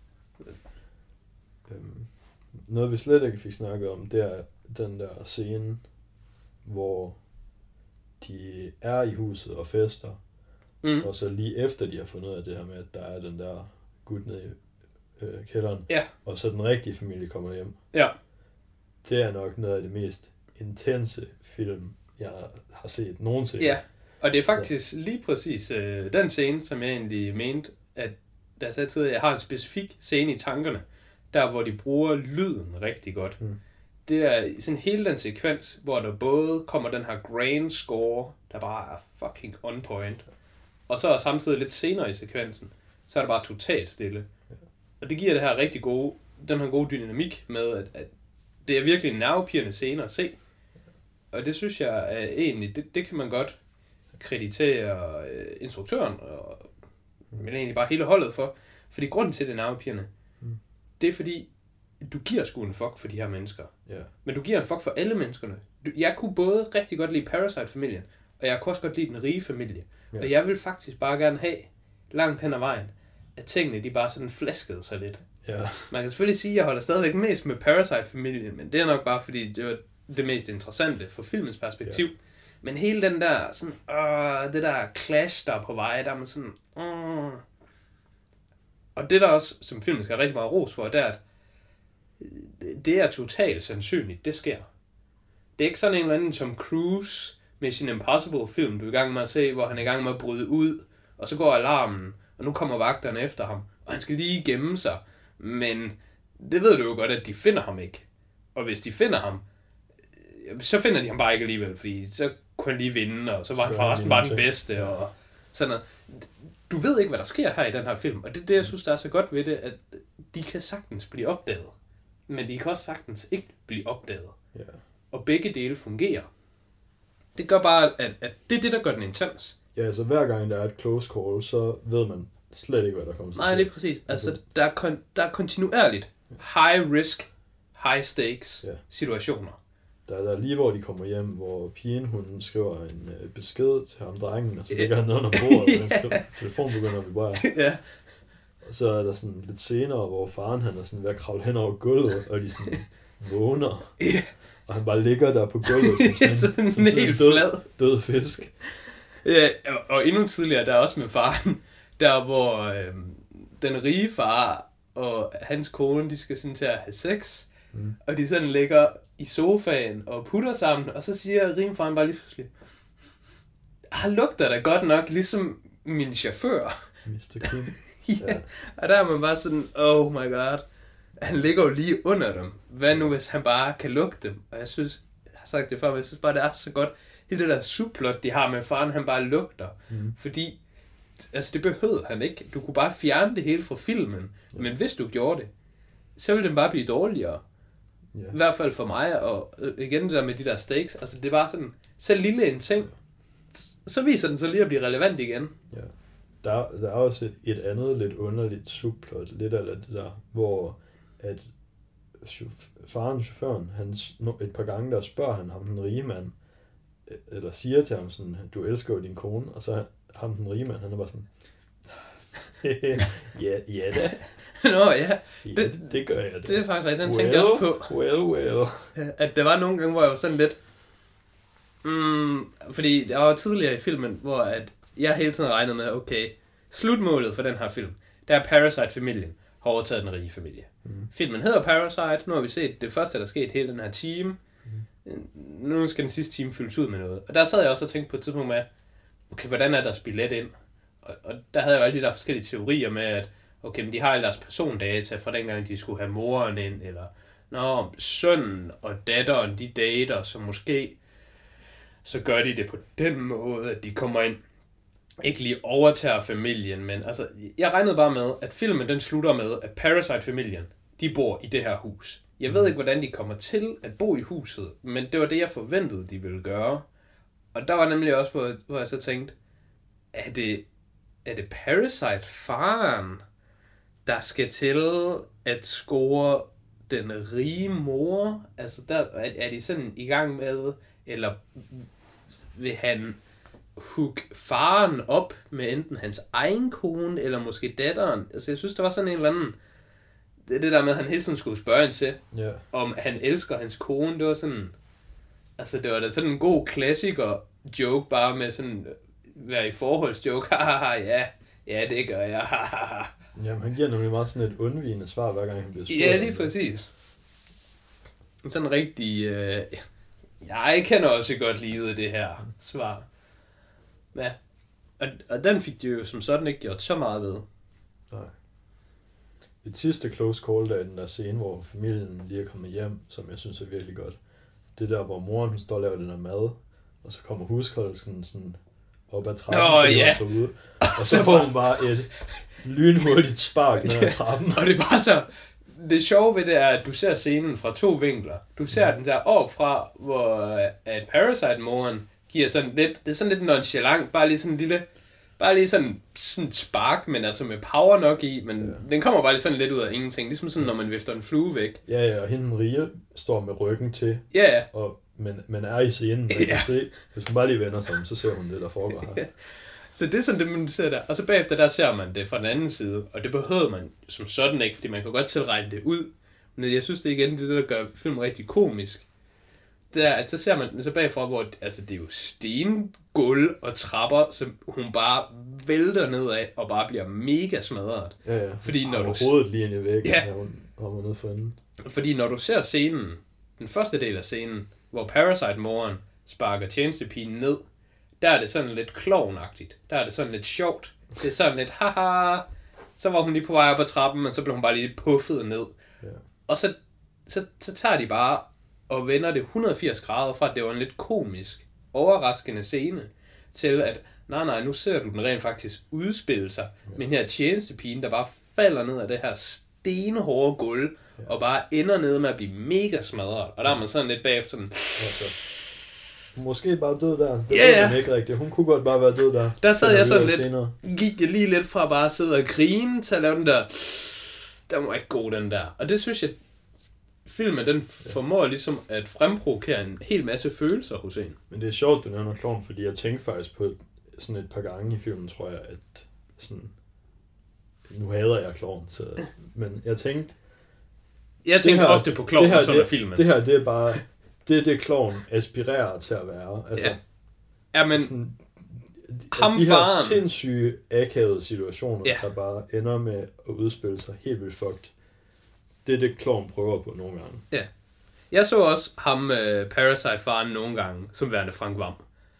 Noget vi slet ikke fik snakket om, det er den der scene, hvor de er i huset og fester. Og så lige efter de har fundet ud af det her med, at der er den der gut nede i kælderen, og så den rigtige familie kommer hjem. Ja. Det er nok noget af det mest intense film, jeg har set nogensinde. Ja, og det er faktisk lige præcis den scene, som jeg egentlig mente, at da jeg sagde til, at jeg har en specifik scene i tankerne, der hvor de bruger lyden rigtig godt. Det er sådan hele den sekvens, hvor der både kommer den her grand score, der bare er fucking on point, og så er samtidig lidt senere i sekvensen, så er der bare totalt stille. Og det giver det her rigtig gode, den her gode dynamik med, at det er virkelig en nervepirrende scene at se. Og det synes jeg er egentlig, det kan man godt kreditere instruktøren, og men egentlig bare hele holdet for. Fordi grunden til det nervepirrende, det er fordi, du giver sgu en fuck for de her mennesker. Yeah. Men du giver en fuck for alle menneskerne. Jeg kunne både rigtig godt lide Parasite-familien, og jeg kunne også godt lide den rige familie. Ja. Og jeg vil faktisk bare gerne have, langt hen ad vejen, at tingene de bare sådan flæskede sig lidt. Ja. Man kan selvfølgelig sige, at jeg holder stadigvæk mest med Parasite-familien, men det er nok bare fordi, det var det mest interessante fra filmens perspektiv. Ja. Men hele den der, sådan, det der clash, der er på vej, der er man sådan, Og det der også, som filmen skal have rigtig meget ros for, det er, at det er totalt sandsynligt, det sker. Det er ikke sådan en eller anden som Cruise med sin Impossible-film, du er i gang med at se, hvor han er i gang med at bryde ud, og så går alarmen, og nu kommer vagterne efter ham, og han skal lige gemme sig. Men det ved du jo godt, at de finder ham ikke. Og hvis de finder ham, så finder de ham bare ikke alligevel, fordi så kunne han lige vinde, og så var han forresten bare den bedste, og sådan noget. Du ved ikke, hvad der sker her i den her film, og det er det, jeg synes, der er så godt ved det, at de kan sagtens blive opdaget, men de kan også sagtens ikke blive opdaget. Ja. Og begge dele fungerer. Det gør bare, at det er det, der gør den intens. Ja, altså hver gang der er et close call, så ved man slet ikke, hvad der kommer til. Nej, det er præcis. Altså, der er kontinuerligt high risk, high stakes situationer. Der er lige hvor de kommer hjem, hvor pigen hun skriver en besked til ham drengen, og så ligger han ned under bordet, og hans telefon begynder at vibrere. Ja. Og så er der sådan lidt senere, hvor faren han er sådan ved at kravle hen over gulvet, og de sådan vågner. Og han bare ligger der på gulvet som sådan en helt død fisk. Ja, og endnu tidligere, der er også med faren, der hvor den rige far og hans kone, de skal sådan til at have sex, og de sådan ligger i sofaen og putter sammen, og så siger rimfaren bare lige pludselig, han lugter da godt nok, ligesom min chauffør. Mr. King. Ja, og der er man bare sådan, oh my god, han ligger jo lige under dem. Hvad nu, hvis han bare kan lugte dem? Og jeg synes, jeg har sagt det før, men jeg synes bare, det er så godt. Hele det der subplot, de har med faren, han bare lugter. Fordi, altså det behøvede han ikke. Du kunne bare fjerne det hele fra filmen. Men hvis du gjorde det, så ville den bare blive dårligere. I hvert fald for mig, og igen det der med de der stakes, altså det var sådan, så lille en ting, så viser den så lige at blive relevant igen. Ja. Der er også et andet lidt underligt subplot, lidt af det der, hvor at faren, chaufføren, et par gange der spørger han ham, den rige mand, eller siger til ham sådan, du elsker jo din kone, og så ham, den rige mand, han er bare sådan, ja da. Nå ja. Det gør jeg da. Det er faktisk rigtigt, den tænkte jeg også på. Well. At der var nogle gange, hvor jeg var sådan lidt, fordi der var tidligere i filmen, hvor at jeg hele tiden regnede med, okay, slutmålet for den her film, der er Parasite-familien har overtaget den rige familie. Filmen hedder Parasite, nu har vi set det første, der er sket hele den her time. Nu skal den sidste time fyldes ud med noget. Og der sad jeg også og tænkte på et tidspunkt med, okay, hvordan er deres billet ind? Og der havde jeg jo alle de der forskellige teorier med, at okay, men de har alle deres persondata fra dengang, de skulle have moren ind, eller sønnen og datteren, de dater, så måske så gør de det på den måde, at de kommer ind, ikke lige overtager familien, men altså, jeg regnede bare med, at filmen den slutter med, at Parasite-familien, de bor i det her hus. Jeg ved ikke, hvordan de kommer til at bo i huset, men det var det, jeg forventede, de ville gøre. Og der var nemlig også, hvor jeg så tænkte, er det Parasite-faren, der skal til at score den rige mor? Altså, der er de sådan i gang med, eller vil han hook faren op med enten hans egen kone, eller måske datteren? Altså, jeg synes, der var sådan en eller anden, det der med, at han hele tiden skulle spørge hende til, om han elsker hans kone, det var sådan, altså, det var da sådan en god klassiker joke, bare med sådan, være i forholdsjoke, ja, det gør jeg, Jamen, han giver nemlig meget sådan et undvigende svar, hver gang han bliver spurgt. Ja, lige præcis. Sådan rigtig, jeg kan også godt lide det her svar. Ja, og den fik de jo som sådan ikke gjort så meget ved. Nej. Et sidste close call, der er den der scene, hvor familien lige er kommet hjem, som jeg synes er virkelig godt. Det der, hvor moren hun står og laver den der mad, og så kommer husholdsken sådan op ad trappen, ud, og så får hun bare et lynhurtigt spark ned ad trappen. Og det er bare så, det sjove ved det er, at du ser scenen fra to vinkler. Du ser den der opfra, hvor at Parasite-moren giver sådan lidt, det er sådan lidt nonchalant, bare lige sådan en lille, bare lige sådan spark, men altså med power nok i, men den kommer bare lige sådan lidt ud af ingenting, ligesom sådan, når man vifter en flue væk. Ja, og hende rige står med ryggen til, og man er i scenen, man kan se, hvis man bare lige vender sig om, så ser hun det, der foregår her. Så det er sådan det, man ser der. Og så bagefter, der ser man det fra den anden side, og det behøver man som sådan ikke, fordi man kan godt selv regne det ud. Men jeg synes, det er igen det, der gør filmen rigtig komisk. Det er, at så ser man den så bagfra, hvor altså, det er jo stengulv og trapper, som hun bare vælter nedad og bare bliver mega smadret. Ja. Fordi når du hovedet lige ind i væggen, hun rammer ned for enden. Fordi når du ser scenen, den første del af scenen, hvor Parasite-moren sparker tjenestepigen ned, der er det sådan lidt klovnagtigt. Der er det sådan lidt sjovt. Det er sådan lidt, haha, så var hun lige på vej op ad trappen, men så blev hun bare lige puffet ned. Ja. Og så tager de bare og vender det 180 grader fra, at det var en lidt komisk, overraskende scene, til at, nej, nu ser du den rent faktisk udspille sig med den her tjenestepigen, der bare falder ned af det her stenhårde gulv, og bare ender nede med at blive mega smadret. Og der er man sådan lidt bagefter sådan... Altså, måske bare død der. Det ved man ikke rigtigt. Hun kunne godt bare være død der. Der sad jeg sådan lidt... Gik jeg lige lidt fra bare at sidde og grine til at lave den der... Den var ikke god, den der. Og det synes jeg... Filmen, den formår ligesom at fremprovokere en hel masse følelser hos en. Men det er sjovt, du nævner klovn, fordi jeg tænkte faktisk på sådan et par gange i filmen, tror jeg, at sådan... Nu hader jeg klovn, så... Men jeg tænkte... Jeg tænker ofte på klovn på sådan en film. Det her, det er bare... Det klovn aspirerer til at være. Altså, ja, men... Sådan, altså de her sindssyge, akavede situationer, der bare ender med at udspille sig helt vildt fucked. Det er det, klovn prøver på nogle gange. Ja. Jeg så også ham, Parasite-faren, nogle gange, som værende Frank Hvam.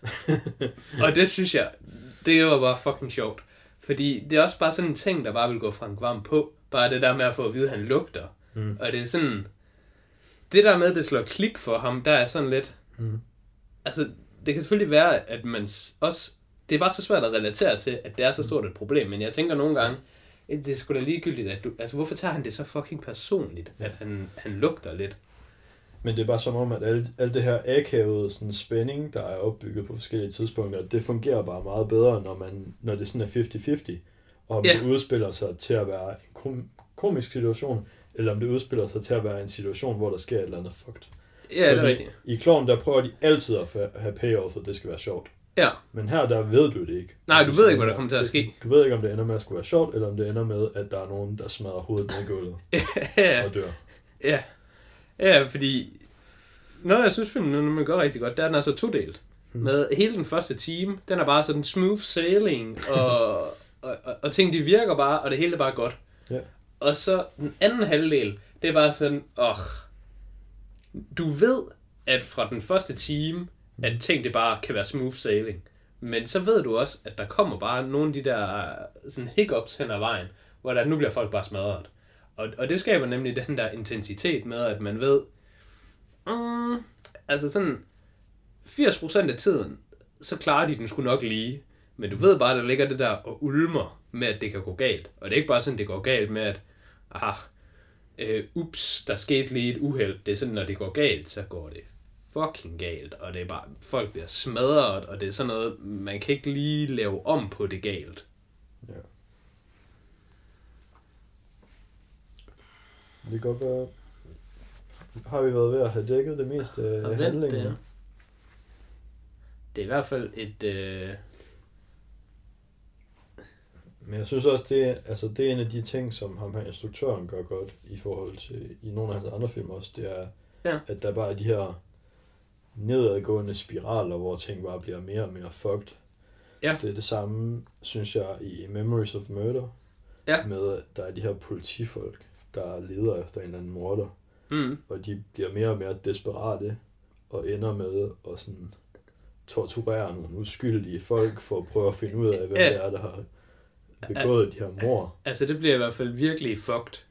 Og det synes jeg, det var bare fucking sjovt. Fordi det er også bare sådan en ting, der bare vil gå Frank Hvam på. Bare det der med at få at vide, at han lugter. Og det er sådan... Det der med, at det slår klik for ham, der er sådan lidt... Altså, det kan selvfølgelig være, at man også... Det er bare så svært at relatere til, at det er så stort et problem. Men jeg tænker nogle gange, det er sgu da ligegyldigt, at du... Altså, hvorfor tager han det så fucking personligt, at han lugter lidt? Men det er bare som om, at alt det her akavede sådan spænding, der er opbygget på forskellige tidspunkter, det fungerer bare meget bedre, når det sådan er 50-50. Og om det udspiller sig til at være en komisk situation, eller om det udspiller sig til at være en situation, hvor der sker et eller andet fucked. Ja, det er rigtigt. I Klovn, der prøver de altid at have payoff, og det skal være sjovt. Ja. Men her, der ved du det ikke. Nej, du ved ikke, hvad der kommer til at ske. Du ved ikke, om det ender med at skulle være sjovt, eller om det ender med, at der er nogen, der smadrer hovedet ned i gulvet og dør. Ja, fordi noget, jeg synes, filmen gør rigtig godt, det er, den er så todelt. Med hele den første time, den er bare sådan smooth sailing, og ting, de virker bare, og det hele er bare godt. Ja. Og så den anden halvdel, det er bare sådan, du ved, at fra den første time, at ting det bare kan være smooth sailing. Men så ved du også, at der kommer bare nogle af de der sådan hiccups hen ad vejen, hvor der nu bliver folk bare smadret. Og det skaber nemlig den der intensitet med, at man ved, altså sådan 80% af tiden, så klarer de den sgu nok lige. Men du ved bare, der ligger det der og ulmer med, at det kan gå galt. Og det er ikke bare sådan, det går galt med, at der skete lige et uheld. Det er sådan, når det går galt, så går det fucking galt. Og det er bare, folk bliver smadret, og det er sådan noget, man kan ikke lige lave om på det galt. Ja. Det kan godt være... Har vi været ved at have dækket det meste af handlingen? Det er i hvert fald et... Men jeg synes også, det er en af de ting, som ham her instruktøren gør godt i forhold til i nogle af hans andre film også. Det er, at der bare er de her nedadgående spiraler, hvor ting bare bliver mere og mere fucked. Ja. Det er det samme, synes jeg, i Memories of Murder. Ja. Med, at der er de her politifolk, der leder efter en eller anden morder. Og de bliver mere og mere desperate og ender med at sådan torturere nogle uskyldige folk for at prøve at finde ud af, hvem det er, der har begået de her mord. Altså, det bliver i hvert fald virkelig fucked.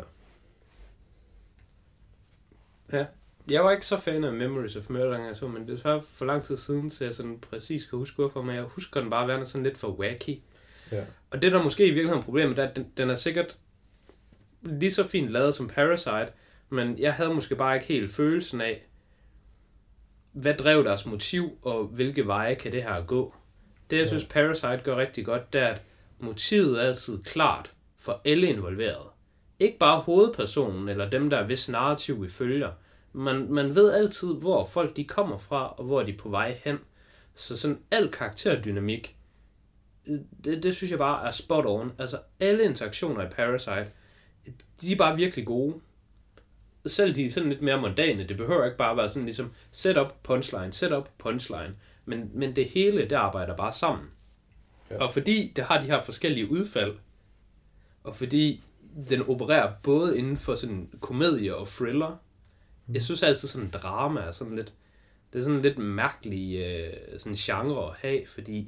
Ja. Jeg var ikke så fan af Memories of Murder, men det var for lang tid siden, så jeg sådan præcis kan huske, hvorfor, men jeg husker den bare være sådan lidt for wacky. Ja. Og det, der måske i virkeligheden er problemet, er, at den er sikkert lige så fint lavet som Parasite, men jeg havde måske bare ikke helt følelsen af, hvad drev deres motiv, og hvilke veje kan det her gå. Det, jeg synes, Parasite gør rigtig godt, det er, at motivet er altid klart for alle involverede. Ikke bare hovedpersonen, eller dem, der er vis narrativ vi følger, Man ved altid, hvor folk de kommer fra, og hvor de er på vej hen. Så sådan al karakterdynamik, det synes jeg bare er spot on. Altså alle interaktioner i Parasite, de er bare virkelig gode. Selv de er sådan lidt mere mondane. Det behøver ikke bare være sådan ligesom setup, punchline. Men det hele, det arbejder bare sammen. Ja. Og fordi det har de her forskellige udfald, og fordi den opererer både inden for sådan komedie og thriller, jeg synes altid sådan drama er sådan lidt, det er sådan lidt mærkelig sådan genre at have, fordi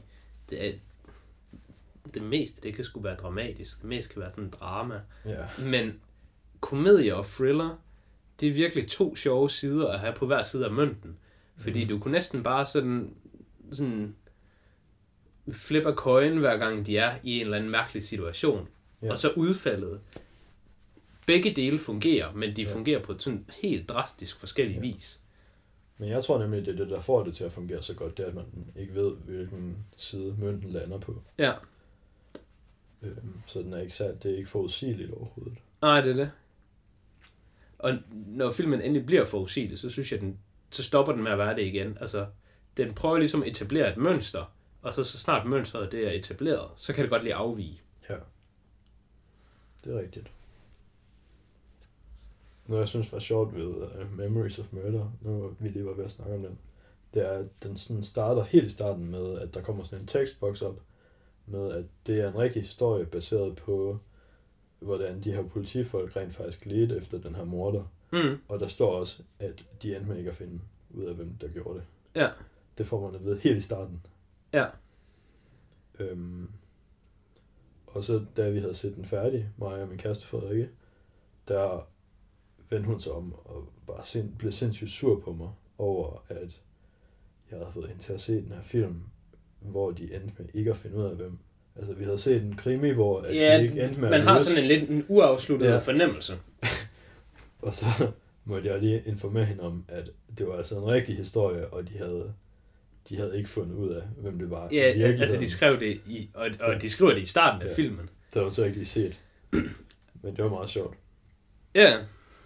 det meste, det kan sgu være dramatisk, det meste kan være sådan drama, men komedie og thriller, det er virkelig 2 sjove sider at have på hver side af mønten, fordi du kunne næsten bare sådan flipper coin hver gang de er i en eller anden mærkelig situation, og så udfaldet. Begge dele fungerer, men de fungerer på sådan helt drastisk forskellig vis. Men jeg tror nemlig, det er det, der får det til at fungere så godt, det er, at man ikke ved, hvilken side mønten lander på. Ja. Så den er ikke det er ikke forudsigeligt overhovedet. Nej, det er det. Og når filmen endelig bliver forudsigelig, så synes jeg, så stopper den med at være det igen. Altså, den prøver ligesom at etablere et mønster, og så snart mønstret det er etableret, så kan det godt lige afvige. Ja. Det er rigtigt. Noget jeg synes var sjovt ved Memories of Murder, nu vi lige var ved at snakke om den, det er, at den sådan starter helt i starten med, at der kommer sådan en tekstboks op, med at det er en rigtig historie baseret på, hvordan de her politifolk rent faktisk ledte efter den her morder. Og der står også, at de endte med ikke at finde ud af, hvem der gjorde det. Ja. Det får man at vide helt i starten. Ja. Og så da vi havde set den færdig, mig og min kæreste Frederikke, der vendte hun sig om og bare blev sindssygt sur på mig over, at jeg havde fået hende til at se den her film, hvor de endte med ikke at finde ud af, hvem. Altså, vi havde set en krimi, hvor at de ikke endte med at man har sådan en uafsluttet fornemmelse. Og så måtte jeg lige informere hende om, at det var altså en rigtig historie, og de havde ikke fundet ud af, hvem det var. Ja, altså de skrev det og de skriver det i starten af filmen. Det har du så ikke lige set. Men det var meget sjovt. Ja.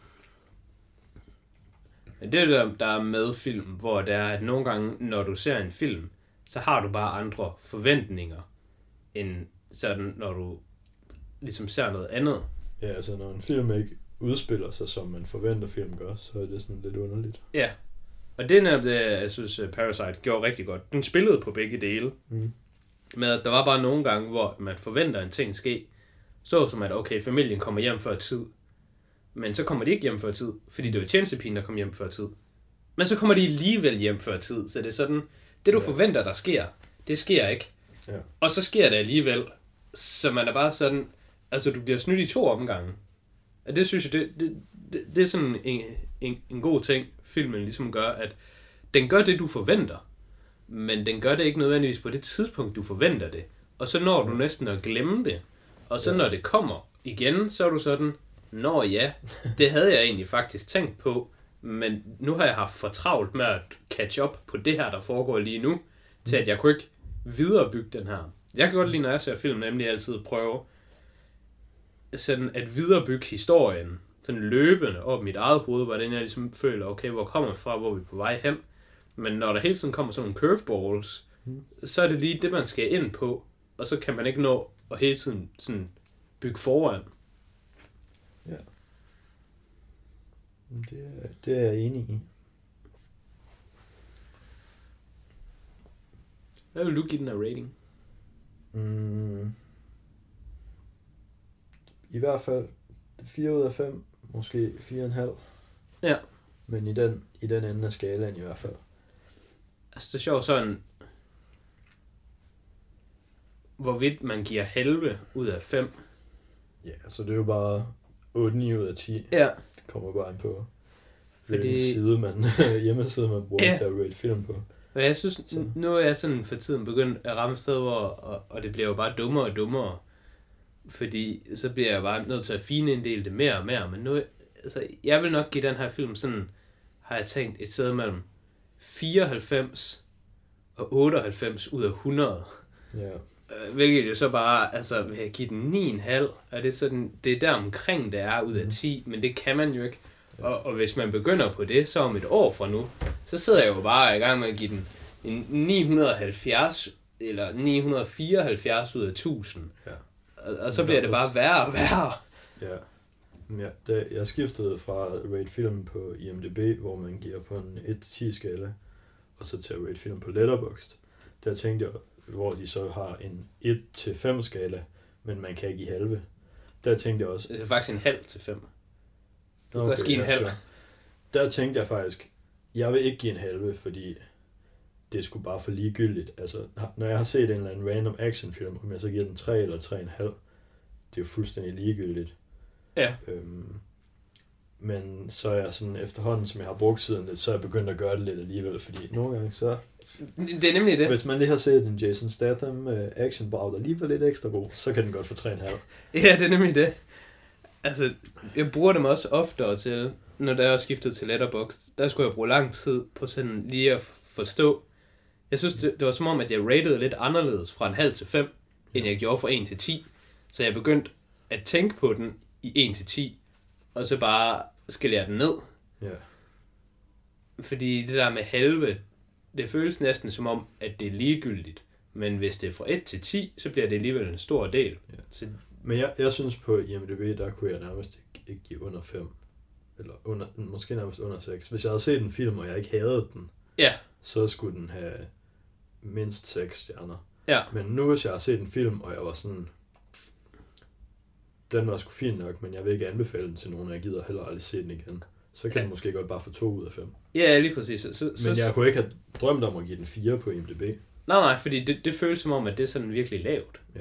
Men det er der er med film, hvor det er, at nogle gange, når du ser en film, så har du bare andre forventninger, end sådan, når du ligesom ser noget andet. Ja, altså når en film ikke udspiller sig, som man forventer film gør, så er det sådan lidt underligt. Ja, og det er netop det, jeg synes Parasite gjorde rigtig godt. Den spillede på begge dele. Med at der var bare nogle gange, hvor man forventer en ting ske, så som at okay, familien kommer hjem før tid. Men så kommer de ikke hjem før tid, fordi det var tjenestepigen, der kom hjem før tid. Men så kommer de alligevel hjem før tid, så det er sådan, det du forventer, der sker, det sker ikke. Ja. Og så sker det alligevel, så man er bare sådan, altså du bliver snydt i 2 omgange. Og det synes jeg, det er sådan en god ting, filmen ligesom gør, at den gør det, du forventer, men den gør det ikke nødvendigvis på det tidspunkt, du forventer det. Og så når du næsten at glemme det, og så når det kommer igen, så er du sådan, nå ja, det havde jeg egentlig faktisk tænkt på, men nu har jeg haft for travlt med at catch up på det her, der foregår lige nu, til at jeg kunne ikke viderebygge den her. Jeg kan godt lide, når jeg ser film, nemlig altid prøve sådan at viderebygge historien, sådan løbende op i mit eget hoved, hvordan jeg ligesom føler, okay, hvor kommer jeg fra, hvor vi er på vej hen. Men når der hele tiden kommer sådan nogle curveballs, så er det lige det, man skal ind på, og så kan man ikke nå at hele tiden sådan bygge foran. Ja. Det er jeg enig i. Hvad vil du give den her rating? I hvert fald 4 ud af 5, måske 4,5. Ja. Men i den ende af skalaen i hvert fald. Altså det er sjovt sådan, hvorvidt man giver halve ud af 5. Ja, så det er jo bare 8-9 ud af 10. Ja. Det kommer bare ind på hjemmeside, man bruger til at rate film på. Og jeg synes, nu er jeg sådan for tiden begyndt at ramme steder, og det bliver jo bare dummere og dummere. Fordi så bliver jeg bare nødt til at fininddele det mere og mere. Men nu, altså, jeg vil nok give den her film sådan, har jeg tænkt, et sted mellem 94 og 98 ud af 100. Ja. Hvilket jo så bare, altså vil jeg give den 9,5, og det er sådan, det er der omkring det er ud af 10, men det kan man jo ikke. Og hvis man begynder på det, så om et år fra nu, så sidder jeg jo bare i gang med at give den en 970 eller 974 ud af 1000. Ja. Og så bliver det bare værre og værre. Ja. Da jeg skiftede fra at rate film på IMDb, hvor man giver på en 1-10 skala, og så til at rate film på Letterboxd, der tænkte jeg, hvor de så har en 1-5 skala, men man kan ikke give halve. Der tænkte jeg også... Det er faktisk en halv til 5. Du kan okay, også give en halv. Der tænkte jeg faktisk, jeg vil ikke give en halve, fordi det er sgu bare for ligegyldigt. Altså, når jeg har set en eller anden random actionfilm, om jeg så giver den 3 eller 3,5, det er jo fuldstændig ligegyldigt. Ja. Men så er jeg sådan efterhånden, som jeg har brugt siden lidt, så er jeg begyndt at gøre det lidt alligevel, fordi nogle gange så... Det er nemlig det. Hvis man lige har set en Jason Statham actionbrag, der lige var lidt ekstra god, så kan den godt få 3,5. Ja, det er nemlig det. Altså, jeg bruger dem også oftere til, når der er skiftet til Letterboxd, der skulle jeg bruge lang tid på sådan lige at forstå. Jeg synes, det var som om, at jeg rated lidt anderledes fra en halv til 5, end jeg gjorde fra 1 til 10. Så jeg begyndte at tænke på den i 1 til 10, og så bare skalere den ned. Ja. Fordi det der med halve, det føles næsten som om, at det er ligegyldigt. Men hvis det er fra 1 til 10, så bliver det alligevel en stor del. Ja. Så... Men jeg synes på IMDb, der kunne jeg nærmest ikke give under 5. Eller måske nærmest under 6. Hvis jeg havde set en film, og jeg ikke havde den, ja, så skulle den have mindst 6 stjerner. Ja. Men nu hvis jeg har set en film, og jeg var sådan, den var sgu fin nok, men jeg vil ikke anbefale den til nogen, og jeg gider heller aldrig se den igen, så kan den måske godt bare få 2 ud af 5. Ja, lige præcis. Men jeg kunne ikke have drømt om at give den 4 på IMDb. Nej, fordi det føles som om, at det er sådan virkelig lavt. Ja.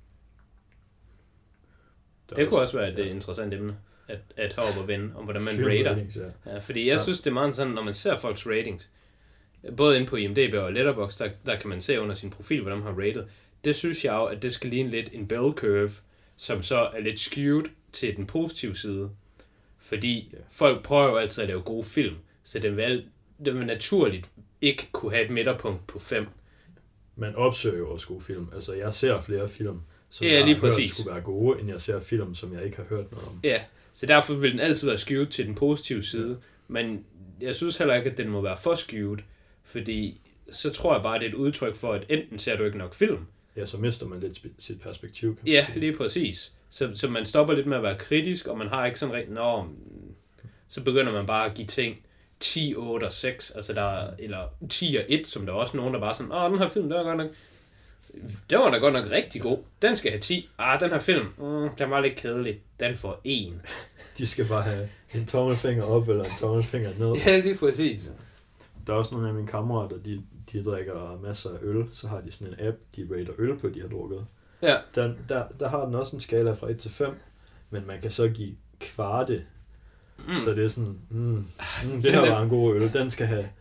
Det kunne også være et interessant emne, at have op og vende, om hvordan man rater. Ratings, ja. Ja, fordi jeg synes, det er meget sådan, når man ser folks ratings, både inde på IMDb og Letterboxd, der kan man se under sin profil, hvordan man har rated. Det synes jeg jo, at det skal ligne lidt en bell curve, som så er lidt skewed til den positive side. Fordi folk prøver jo altid at lave gode film, så det vil naturligt ikke kunne have et midterpunkt på 5. Man opsøger jo også gode film. Altså, jeg ser flere film, som ja, jeg lige har hørt præcis skulle være gode, end jeg ser film, som jeg ikke har hørt noget om. Ja, så derfor vil den altid være skewed til den positive side. Men jeg synes heller ikke, at den må være for skewed, fordi så tror jeg bare, at det er et udtryk for, at enten ser du ikke nok film. Ja, så mister man lidt sit perspektiv, kan man Ja, sige. lige præcis. Så man stopper lidt med at være kritisk, og man har ikke sådan rigtig... Så begynder man bare at give ting 10, 8 og 6, altså eller 10 og 1, som der er også nogen, der bare sådan, den her film, den var da godt nok rigtig god. Den skal have 10. Den her film, den var lidt kedelig. Den får 1. De skal bare have en tommelfinger op, eller en tommelfinger ned. Ja, lige præcis. Der er også nogle af mine kammerater, de drikker masser af øl, så har de sådan en app, de rater øl på, de har drukket. Ja. Der har den også en skala fra 1 til 5, men man kan så give kvarte. Så det er sådan, det her var en god øl, den skal have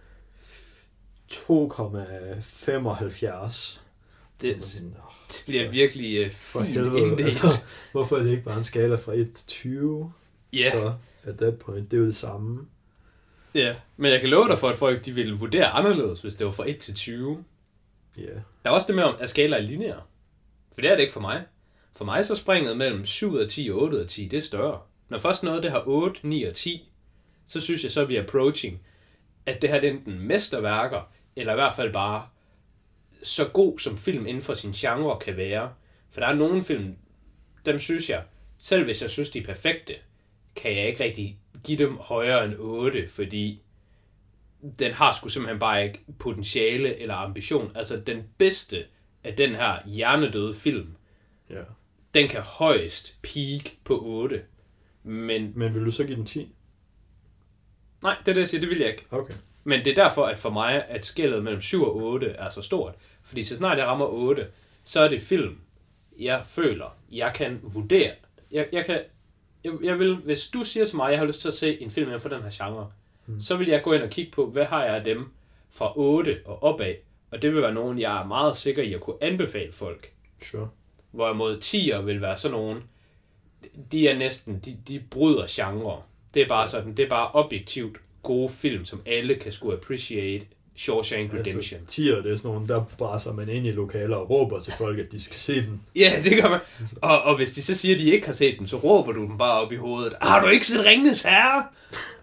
2,75. Det bliver virkelig fint inddelt. Altså, hvorfor er det ikke bare en skala fra 1 til 20? Ja. Så at that point, det er jo det samme. Ja, men jeg kan love dig for, at folk de ville vurdere anderledes, hvis det var fra 1 til 20. Ja. Der er også det med, at skala er lineær. For det er det ikke for mig. For mig så springet mellem 7 ud af 10 og 8 ud af 10, det er større. Når først noget det har 8, 9 og 10, så synes jeg så, at vi er approaching, at det her er enten mesterværker, eller i hvert fald bare så god som film inden for sin genre kan være. For der er nogle film, dem synes jeg, selv hvis jeg synes, de er perfekte, kan jeg ikke rigtig give dem højere end 8, fordi den har sgu simpelthen bare ikke potentiale eller ambition. Altså den bedste af den her hjernedøde film, den kan højst peak på 8. Men vil du så give den 10? Nej, det er det, jeg siger, det vil jeg ikke. Okay. Men det er derfor, at for mig, at skellet mellem 7 og 8 er så stort. Fordi så snart jeg rammer 8, så er det film, jeg føler, jeg kan vurdere. Jeg vil, hvis du siger til mig, at jeg har lyst til at se en film inden for den her genre, så vil jeg gå ind og kigge på, hvad har jeg af dem fra 8 og opad. Og det vil være nogen, jeg er meget sikker i at kunne anbefale folk. Sure. Hvorimod 10'er vil være sådan nogen, de er næsten, de bryder genre. Det er bare sådan, det er bare objektivt gode film, som alle kan skulle appreciate. Shawshank Redemption. Altså, 10'er, det er sådan nogle, der brasser man ind i lokaler og råber til folk, at de skal se den. Ja, det gør man. Og hvis de så siger, at de ikke har set den, så råber du dem bare op i hovedet. Har du ikke set Ringenes Herre?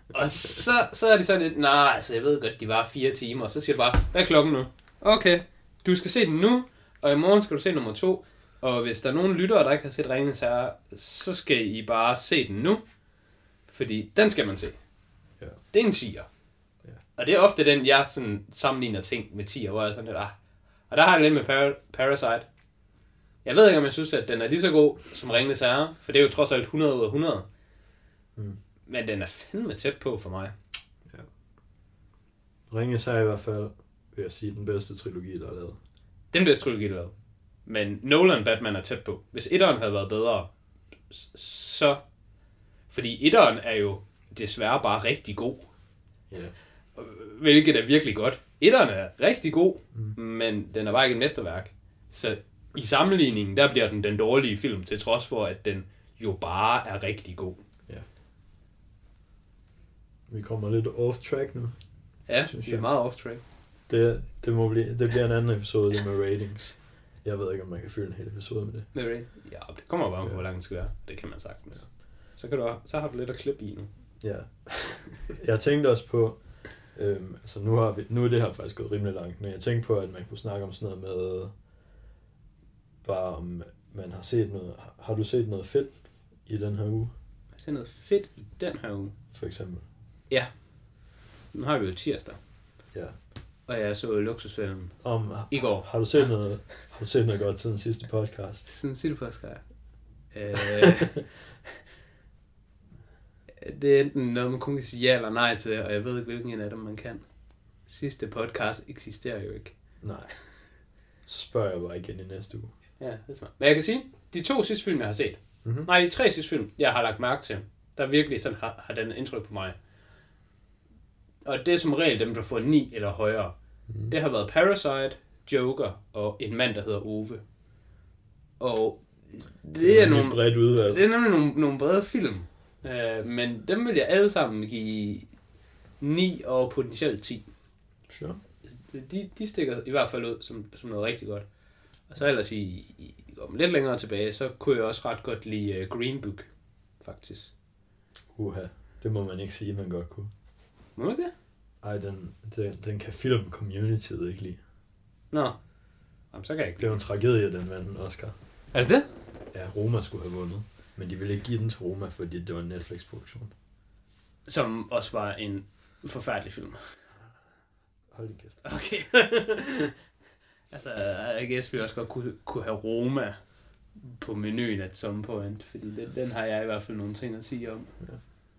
Og så er de sådan lidt, nej, altså jeg ved godt, de var 4 timer, og så siger de bare, hvad er klokken nu? Okay, du skal se den nu, og i morgen skal du se nummer 2, og hvis der er nogen lyttere, der ikke har set Ringenes Herre, så skal I bare se den nu, fordi den skal man se. Ja. Det er en 10'er. Ja. Og det er ofte den, jeg sådan sammenligner ting med 10'er, hvor jeg sådan lidt, Og der har jeg lidt med Parasite. Jeg ved ikke, om jeg synes, at den er lige så god som Ringenes Herre, for det er jo trods alt 100 ud af 100. Men den er fandme tæt på for mig. Ja. Ringenes Herre i hvert fald, vil jeg sige, den bedste trilogi, der er lavet. Den bedste trilogi, der er lavet. Men Nolan Batman er tæt på. Hvis etteren havde været bedre, så... Fordi etteren er jo desværre bare rigtig god. Ja. Hvilket er virkelig godt. Etteren er rigtig god, men den er bare ikke et mesterværk. Så i sammenligningen, der bliver den dårlige film, til trods for, at den jo bare er rigtig god. Ja. Vi kommer lidt off track nu. Ja, vi er meget off track. Det bliver en anden episode, det med ratings. Jeg ved ikke, om man kan fylde en hel episode med det. Ja, det kommer bare på, hvor lang det skal være. Det kan man sagtens. Ja. Så har du lidt at klippe i nu. Ja. Jeg tænkte også på, altså nu er det her faktisk gået rimelig langt, men jeg tænkte på, at man kunne snakke om sådan noget med, bare om man har set noget, har du set noget fedt i den her uge? Har jeg set noget fedt i den her uge? For eksempel. Ja. Nu har vi jo tirsdag. Ja. Og jeg så Luksusfælden i går. Har du set noget godt siden sidste podcast? Siden sidste podcast? Det er enten noget, man kun kan sige ja eller nej til, og jeg ved ikke, hvilken af dem man kan. Sidste podcast eksisterer jo ikke. Nej. Så spørger jeg bare igen i næste uge. Ja, det er smart. Men jeg kan sige, de 2 sidste film, jeg har set, nej, de 3 sidste film, jeg har lagt mærke til, der virkelig sådan har den indtryk på mig. Og det er som regel dem, der får 9 eller højere. Det har været Parasite, Joker og En mand, der hedder Ove. Og det er nogle bredt udvalg. Det er nemlig nogle brede film. Men dem vil jeg alle sammen give 9 og potentielt 10. Sure. De stikker i hvert fald ud som noget rigtig godt. Og så ellers om lidt længere tilbage, så kunne jeg også ret godt lide Green Book, faktisk. Det må man ikke sige, man godt kunne. Må man ikke det? Ej, den kan film-communityet ikke lide. Nå. Jamen, så kan jeg ikke. Det var en tragedie, den vandt en Oscar. Er det det? Ja, Roma skulle have vundet. Men de ville ikke give den til Roma, fordi det var en Netflix-produktion. Som også var en forfærdelig film. Hold din kæft. Okay. Altså, jeg guess vi også godt kunne have Roma på menuen at some point, fordi den har jeg i hvert fald nogle ting at sige om. Ja.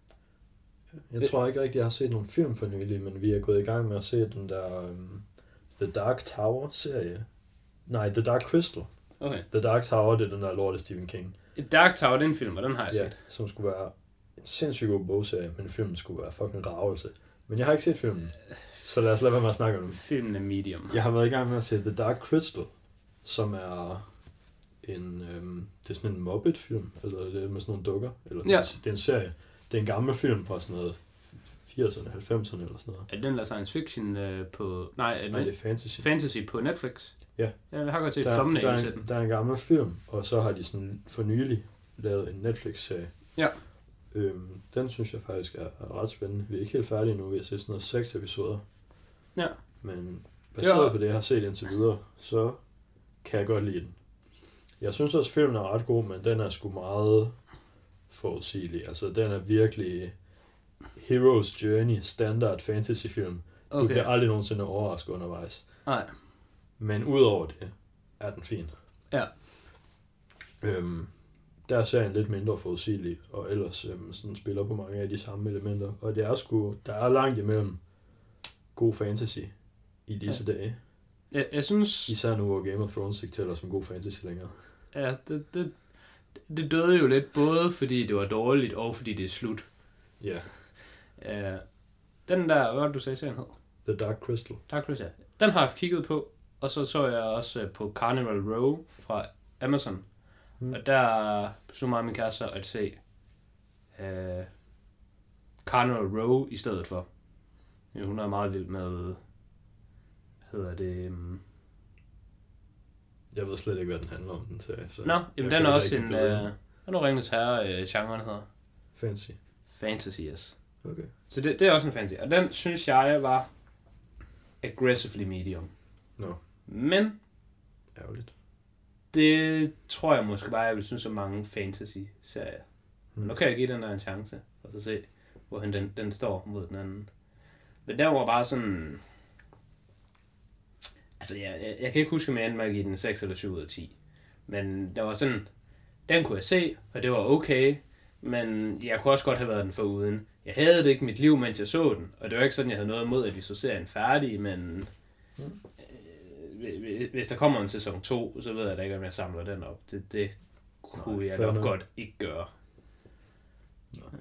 Jeg tror ikke rigtig, jeg har set nogle film for nylig, men vi er gået i gang med at se den der The Dark Tower-serie. Nej, The Dark Crystal. Okay. The Dark Tower, det er den der lorte Stephen King. Dark Tower, det er en film, og den har jeg set. Ja, som skulle være en sindssygt god bogserie, men filmen skulle være fucking ravelse. Men jeg har ikke set filmen, så lad os lade være med at snakke om den. Filmen er medium. Jeg har været i gang med at se The Dark Crystal, som er det er sådan en Muppet-film, eller det er med sådan nogle dukker, eller ja. Det er en serie. Det er en gammel film på sådan noget 80'erne, 90'erne eller sådan noget. Er den der science fiction på... Nej, det er fantasy. Fantasy på Netflix? Ja. Jeg har godt set thumbnail til den. Der er en gammel film, og så har de sådan for nylig lavet en Netflix-serie. Ja. Den synes jeg faktisk er ret spændende. Vi er ikke helt færdige nu, vi har set sådan noget 6 episoder. Ja. Men baseret på det, jeg har set indtil videre, så kan jeg godt lide den. Jeg synes også, filmen er ret god, men den er sgu meget forudsigelig. Altså, den er virkelig Hero's Journey, standard fantasyfilm. Okay. Du bliver aldrig nogensinde overrasket undervejs. Nej. Men udover det, er den fin. Ja. Der er serien lidt mindre forudsigelig, og ellers sådan spiller på mange af de samme elementer. Og det er sgu, der er langt imellem god fantasy i disse dage. Jeg synes... Især nu, hvor Game of Thrones ikke tæller som god fantasy længere. Ja, det døde jo lidt, både fordi det var dårligt, og fordi det er slut. Ja. Den der, hvad du sagde, serien hed? The Dark Crystal. Dark Crystal. Den har jeg kigget på, og så jeg også på Carnival Row fra Amazon. Og der besluttede mig min kæreste at se Carnival Row i stedet for. Hun er meget vild med, hvad hedder det... Jeg ved slet ikke, hvad den handler om, den serie. Nå, jamen den er også en... Hvad nu Ringenes Herre, genren hedder? Fantasy. Fantasy, yes. Okay. Så det er også en fantasy. Og den synes jeg var aggressively medium. Nå. Men Ærgerligt. det tror jeg måske bare, jeg vil synes om mange fantasy-serier. Nu kan jeg give den der en chance, og så se, hvor den står mod den anden. Men der var bare sådan... Altså, jeg kan ikke huske, om jeg endte med at give den 6 eller 7 ud af 10. Men der var sådan... Den kunne jeg se, og det var okay. Men jeg kunne også godt have været den foruden. Jeg havde det ikke mit liv, mens jeg så den. Og det var ikke sådan, jeg havde noget imod, at vi så serien færdig, men... Hvis der kommer en sæson 2, så ved jeg da ikke, om jeg samler den op. Det kunne jeg nok godt ikke gøre. Nej.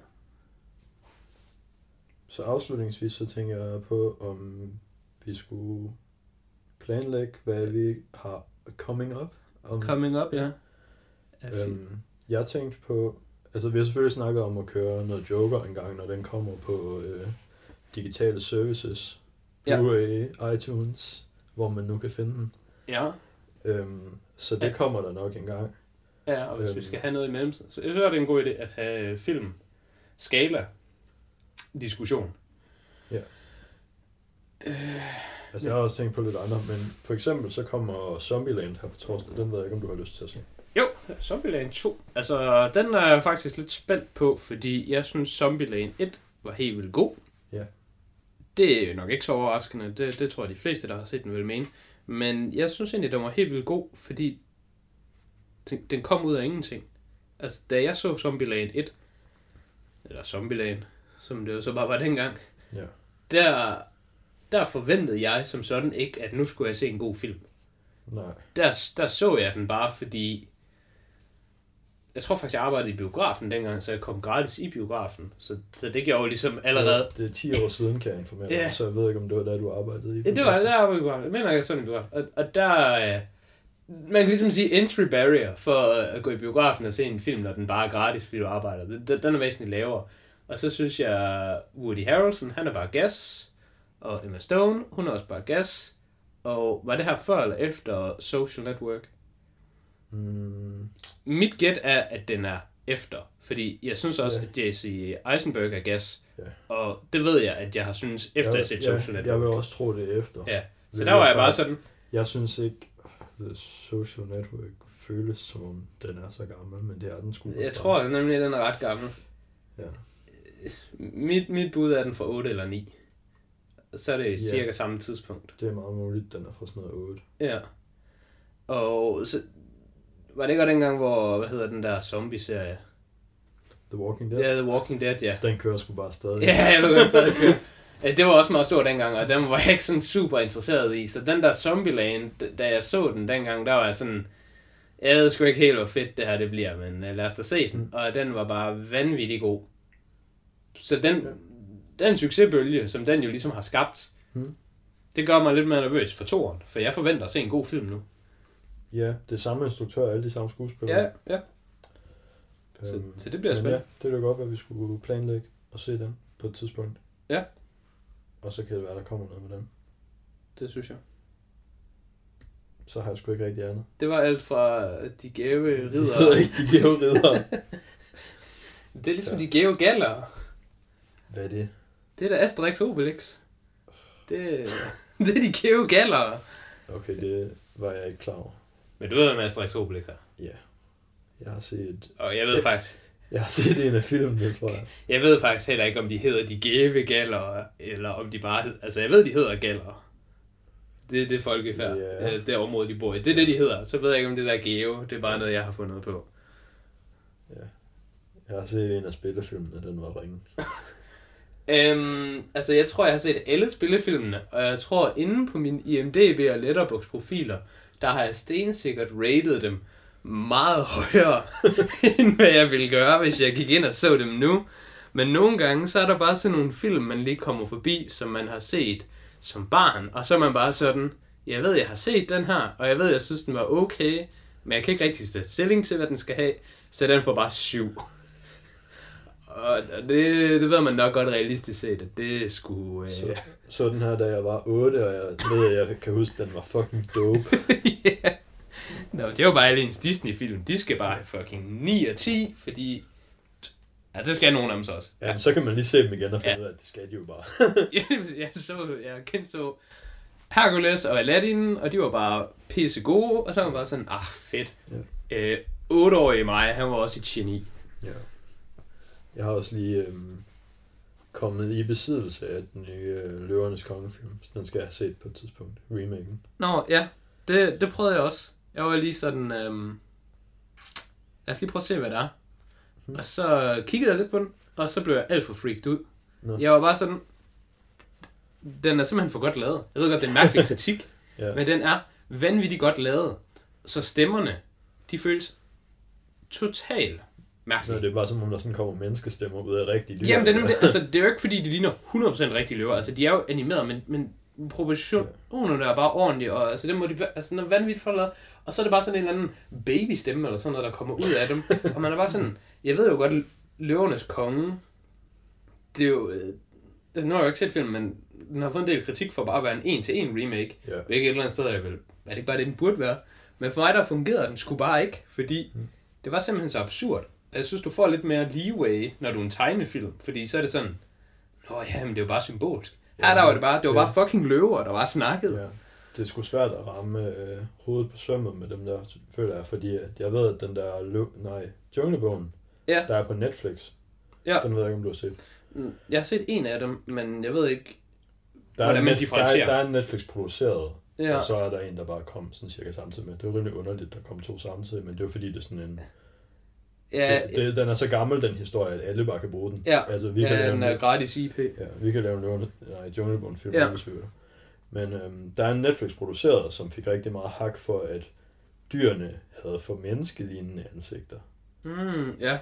Så afslutningsvis så tænker jeg på, om vi skulle planlægge, hvad vi har coming up. Coming up, ja. Jeg tænkte på, altså vi har selvfølgelig snakket om at køre noget Joker en gang, når den kommer på digitale services, Blu-ray, iTunes, hvor man nu kan finde den. Ja. Så det kommer der nok en gang. Ja, og hvis vi skal have noget i mellemtiden, så jeg synes, det er en god idé at have film skala diskussion. Ja. Altså jeg har også tænkt på lidt andre, men for eksempel så kommer Zombieland her på torsdag. Den ved jeg ikke, om du har lyst til at se. Jo, Zombieland 2. Altså, den er jeg faktisk lidt spændt på, fordi jeg synes, Zombieland 1 var helt vildt god. Ja. Det er jo nok ikke så overraskende. Det tror jeg, de fleste, der har set den, vil mene. Men jeg synes egentlig, den var helt vildt god, fordi den kom ud af ingenting. Altså, da jeg så Zombieland 1, eller Zombieland, som det jo så bare var dengang, der forventede jeg som sådan ikke, at nu skulle jeg se en god film. Nej. Der så jeg den bare, fordi jeg tror faktisk, jeg arbejdede i biografen dengang, så jeg kom gratis i biografen. Så det gjorde jo ligesom allerede... Det er 10 år siden, kan jeg informere dig, så jeg ved ikke, om det var da, du arbejdede i biografen. Ja, det var der arbejdede i biografen. Jeg mener, jeg sådan en biograf. Og der... Man kan ligesom sige entry barrier for at gå i biografen og se en film, når den bare er gratis, fordi du arbejder. Den er væsentligt lavere. Og så synes jeg, Woody Harrelson, han er bare gas. Og Emma Stone, hun er også bare gas. Og var det her før eller efter Social Network? Mit gæt er, at den er efter. Fordi jeg synes også, at J.C. Eisenberg er gas. Og det ved jeg, at jeg har synes efter at set Social Network. Jeg vil også tro, det er efter. Ja, så der var jeg bare sådan... Jeg synes ikke, The Social Network føles som om den er så gammel, men det er den sgu. Jeg tror nemlig, at den er ret gammel. Ja. Mit bud er den fra 8 eller 9. Så er det cirka samme tidspunkt. Det er meget muligt, den er fra sådan noget 8. Ja. Og så var det ikke også dengang, hvor, hvad hedder den der zombie-serie? The Walking Dead? Ja, The Walking Dead, ja. Den kører sgu bare stadig. Ja, jeg ved godt, så det kører. Det var også meget stor dengang, og den var jeg ikke sådan super interesseret i. Så den der Zombieland, da jeg så den dengang, der var jeg sådan... Jeg ved sgu ikke helt, hvor fedt det her det bliver, men lad os da se den. Og den var bare vanvittig god. Så den succesbølge, som den jo ligesom har skabt, det gør mig lidt mere nervøs for toren. For jeg forventer at se en god film nu. Ja, det er samme instruktør, alle de samme skuespillere. Ja. Så det bliver spændende. Ja, det er godt, at vi skulle planlægge og se den på et tidspunkt. Ja. Og så kan det være, der kommer noget med dem. Det synes jeg. Så har jeg sgu ikke rigtig andet. Det var alt fra de gave riddere. Ikke de gave riddere. Det er ligesom de gave galler. Hvad er det? Det er da Asterix Obelix. Det er de gave galler. Okay, det var jeg ikke klar over. Men du ved, hvad Asterix Obelix er? Ja. Jeg har set... Og jeg ved faktisk... Jeg har set en af filmene, tror jeg. Jeg ved faktisk heller ikke, om de hedder de gave galler, eller om de bare hedder... Altså, jeg ved, de hedder galler. Det er det folkefærd. Yeah. Det område, de bor i. Det er det, de hedder. Så ved jeg ikke, om det der gave. Det er bare noget, jeg har fundet på. Ja. Jeg har set en af spillefilmene, den var ringe. Altså, jeg tror, jeg har set alle spillefilmene, og jeg tror, inde på min IMDb og Letterboxd profiler, der har jeg stensikkert rated dem meget højere, end hvad jeg ville gøre, hvis jeg gik ind og så dem nu. Men nogle gange, så er der bare sådan nogle film, man lige kommer forbi, som man har set som barn, og så er man bare sådan, jeg ved, jeg har set den her, og jeg ved, jeg synes, den var okay, men jeg kan ikke rigtig sætte stilling til, hvad den skal have, så den får bare 7. Og det ved man nok godt realistisk set, at det skulle... Så den her, da jeg var 8, og jeg kan huske, at den var fucking dope. Yeah. Nå, det var bare alle ens Disney-film. De skal bare have fucking 9 og 10, fordi... Ja, det skal nogen af dem så også. Ja, så kan man lige se dem igen og finde ud af, at det skal de jo bare. Jeg kendte så Hercules og Aladdin, og de var bare pisse gode, og så var man bare sådan, fedt. Ja. 8-årige mig, han var også et geni. Ja. Jeg har også lige kommet i besiddelse af den nye Løvernes Kongefilm, så den skal jeg have set på et tidspunkt, remaken. Nå, ja, det prøvede jeg også. Jeg var lige sådan, lad os lige prøve at se, hvad det er. Og så kiggede jeg lidt på den, og så blev jeg alt for freaked ud. Nå. Jeg var bare sådan, den er simpelthen for godt lavet. Jeg ved godt, det er en mærkelig kritik, ja. Men den er vanvittigt godt lavet. Så stemmerne, de føles totalt mærkelige. Nå, det er bare som om, der sådan kommer menneskestemmer ud af rigtige løver. Jamen, det er jo ikke fordi, de ligner 100% rigtige løver. Altså, de er jo animeret, men proportionerne er bare ordentlige, og altså, det må de, altså, noget vanvittigt for lavet. Og så er det bare sådan en eller anden babystemme, eller sådan noget, der kommer ud af dem. Og man er bare sådan, jeg ved jo godt, Løvernes Konge, det er jo, altså, nu har jeg jo ikke set filmen, men den har fået en del kritik for bare at være en 1-til-1 remake. Ja. Hvilket et eller andet sted, er det ikke bare det, den burde være. Men for mig, der fungerede den sgu bare ikke, fordi det var simpelthen så absurd. Jeg synes, du får lidt mere leeway, når du er en tegnefilm, fordi så er det sådan, jamen det er jo bare symbolsk. Her der var det bare, bare fucking løver, der var snakket. Ja. Det er sgu svært at ramme hovedet på svømmet med dem der, føler jeg, fordi jeg ved, at den der Junglebogen, der er på Netflix, den ved jeg ikke, om du har set. Jeg har set en af dem, men jeg ved ikke, hvordan man differentierer. Der er en Netflix-produceret, og så er der en, der bare kom sådan cirka samtidig med. Det er jo rimelig underligt, der kom 2 samtidig, men det er jo fordi, det er sådan en... Ja, den er så gammel, den historie, at alle bare kan bruge den. Ja, altså, vi kan lave den er gratis IP. Ja, vi kan lave en Junglebogen-film, hvis vi vil. Men der er en Netflix-produceret, som fik rigtig meget hak for, at dyrene havde for menneskelignende ansigter. Ja.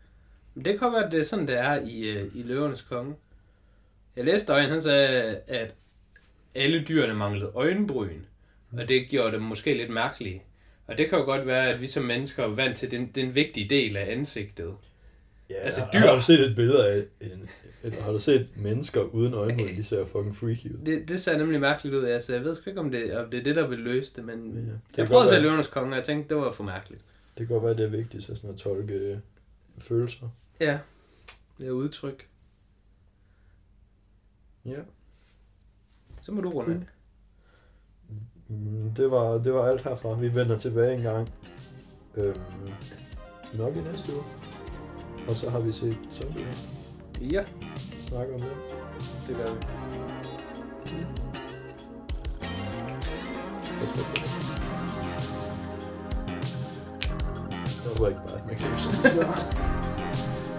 Det kan være, at det er sådan, det er i Løvernes Konge. Jeg læste der en, han sagde, at alle dyrene manglede øjenbryn, og det gjorde det måske lidt mærkeligt. Og det kan jo godt være, at vi som mennesker er vant til den vigtige del af ansigtet. Ja, altså dyr. Har du set et billede af har du set mennesker uden øjenbryn, de ser fucking freaky ud? Det ser nemlig mærkeligt ud, altså jeg ved sgu ikke, om det er det, der vil løse det, men jeg prøvede at se Løvernes Konge, og jeg tænkte, det var for mærkeligt. Det kan godt være, det er vigtigt så sådan at tolke følelser. Ja, det er udtryk. Ja. Så må du runde af. Det var alt herfra. Vi vender tilbage en gang. Nok i næste uge. Og så har vi set Zombieland. Ja. Snakker om det. Det gør vi. Jeg håber ikke bare, at man kan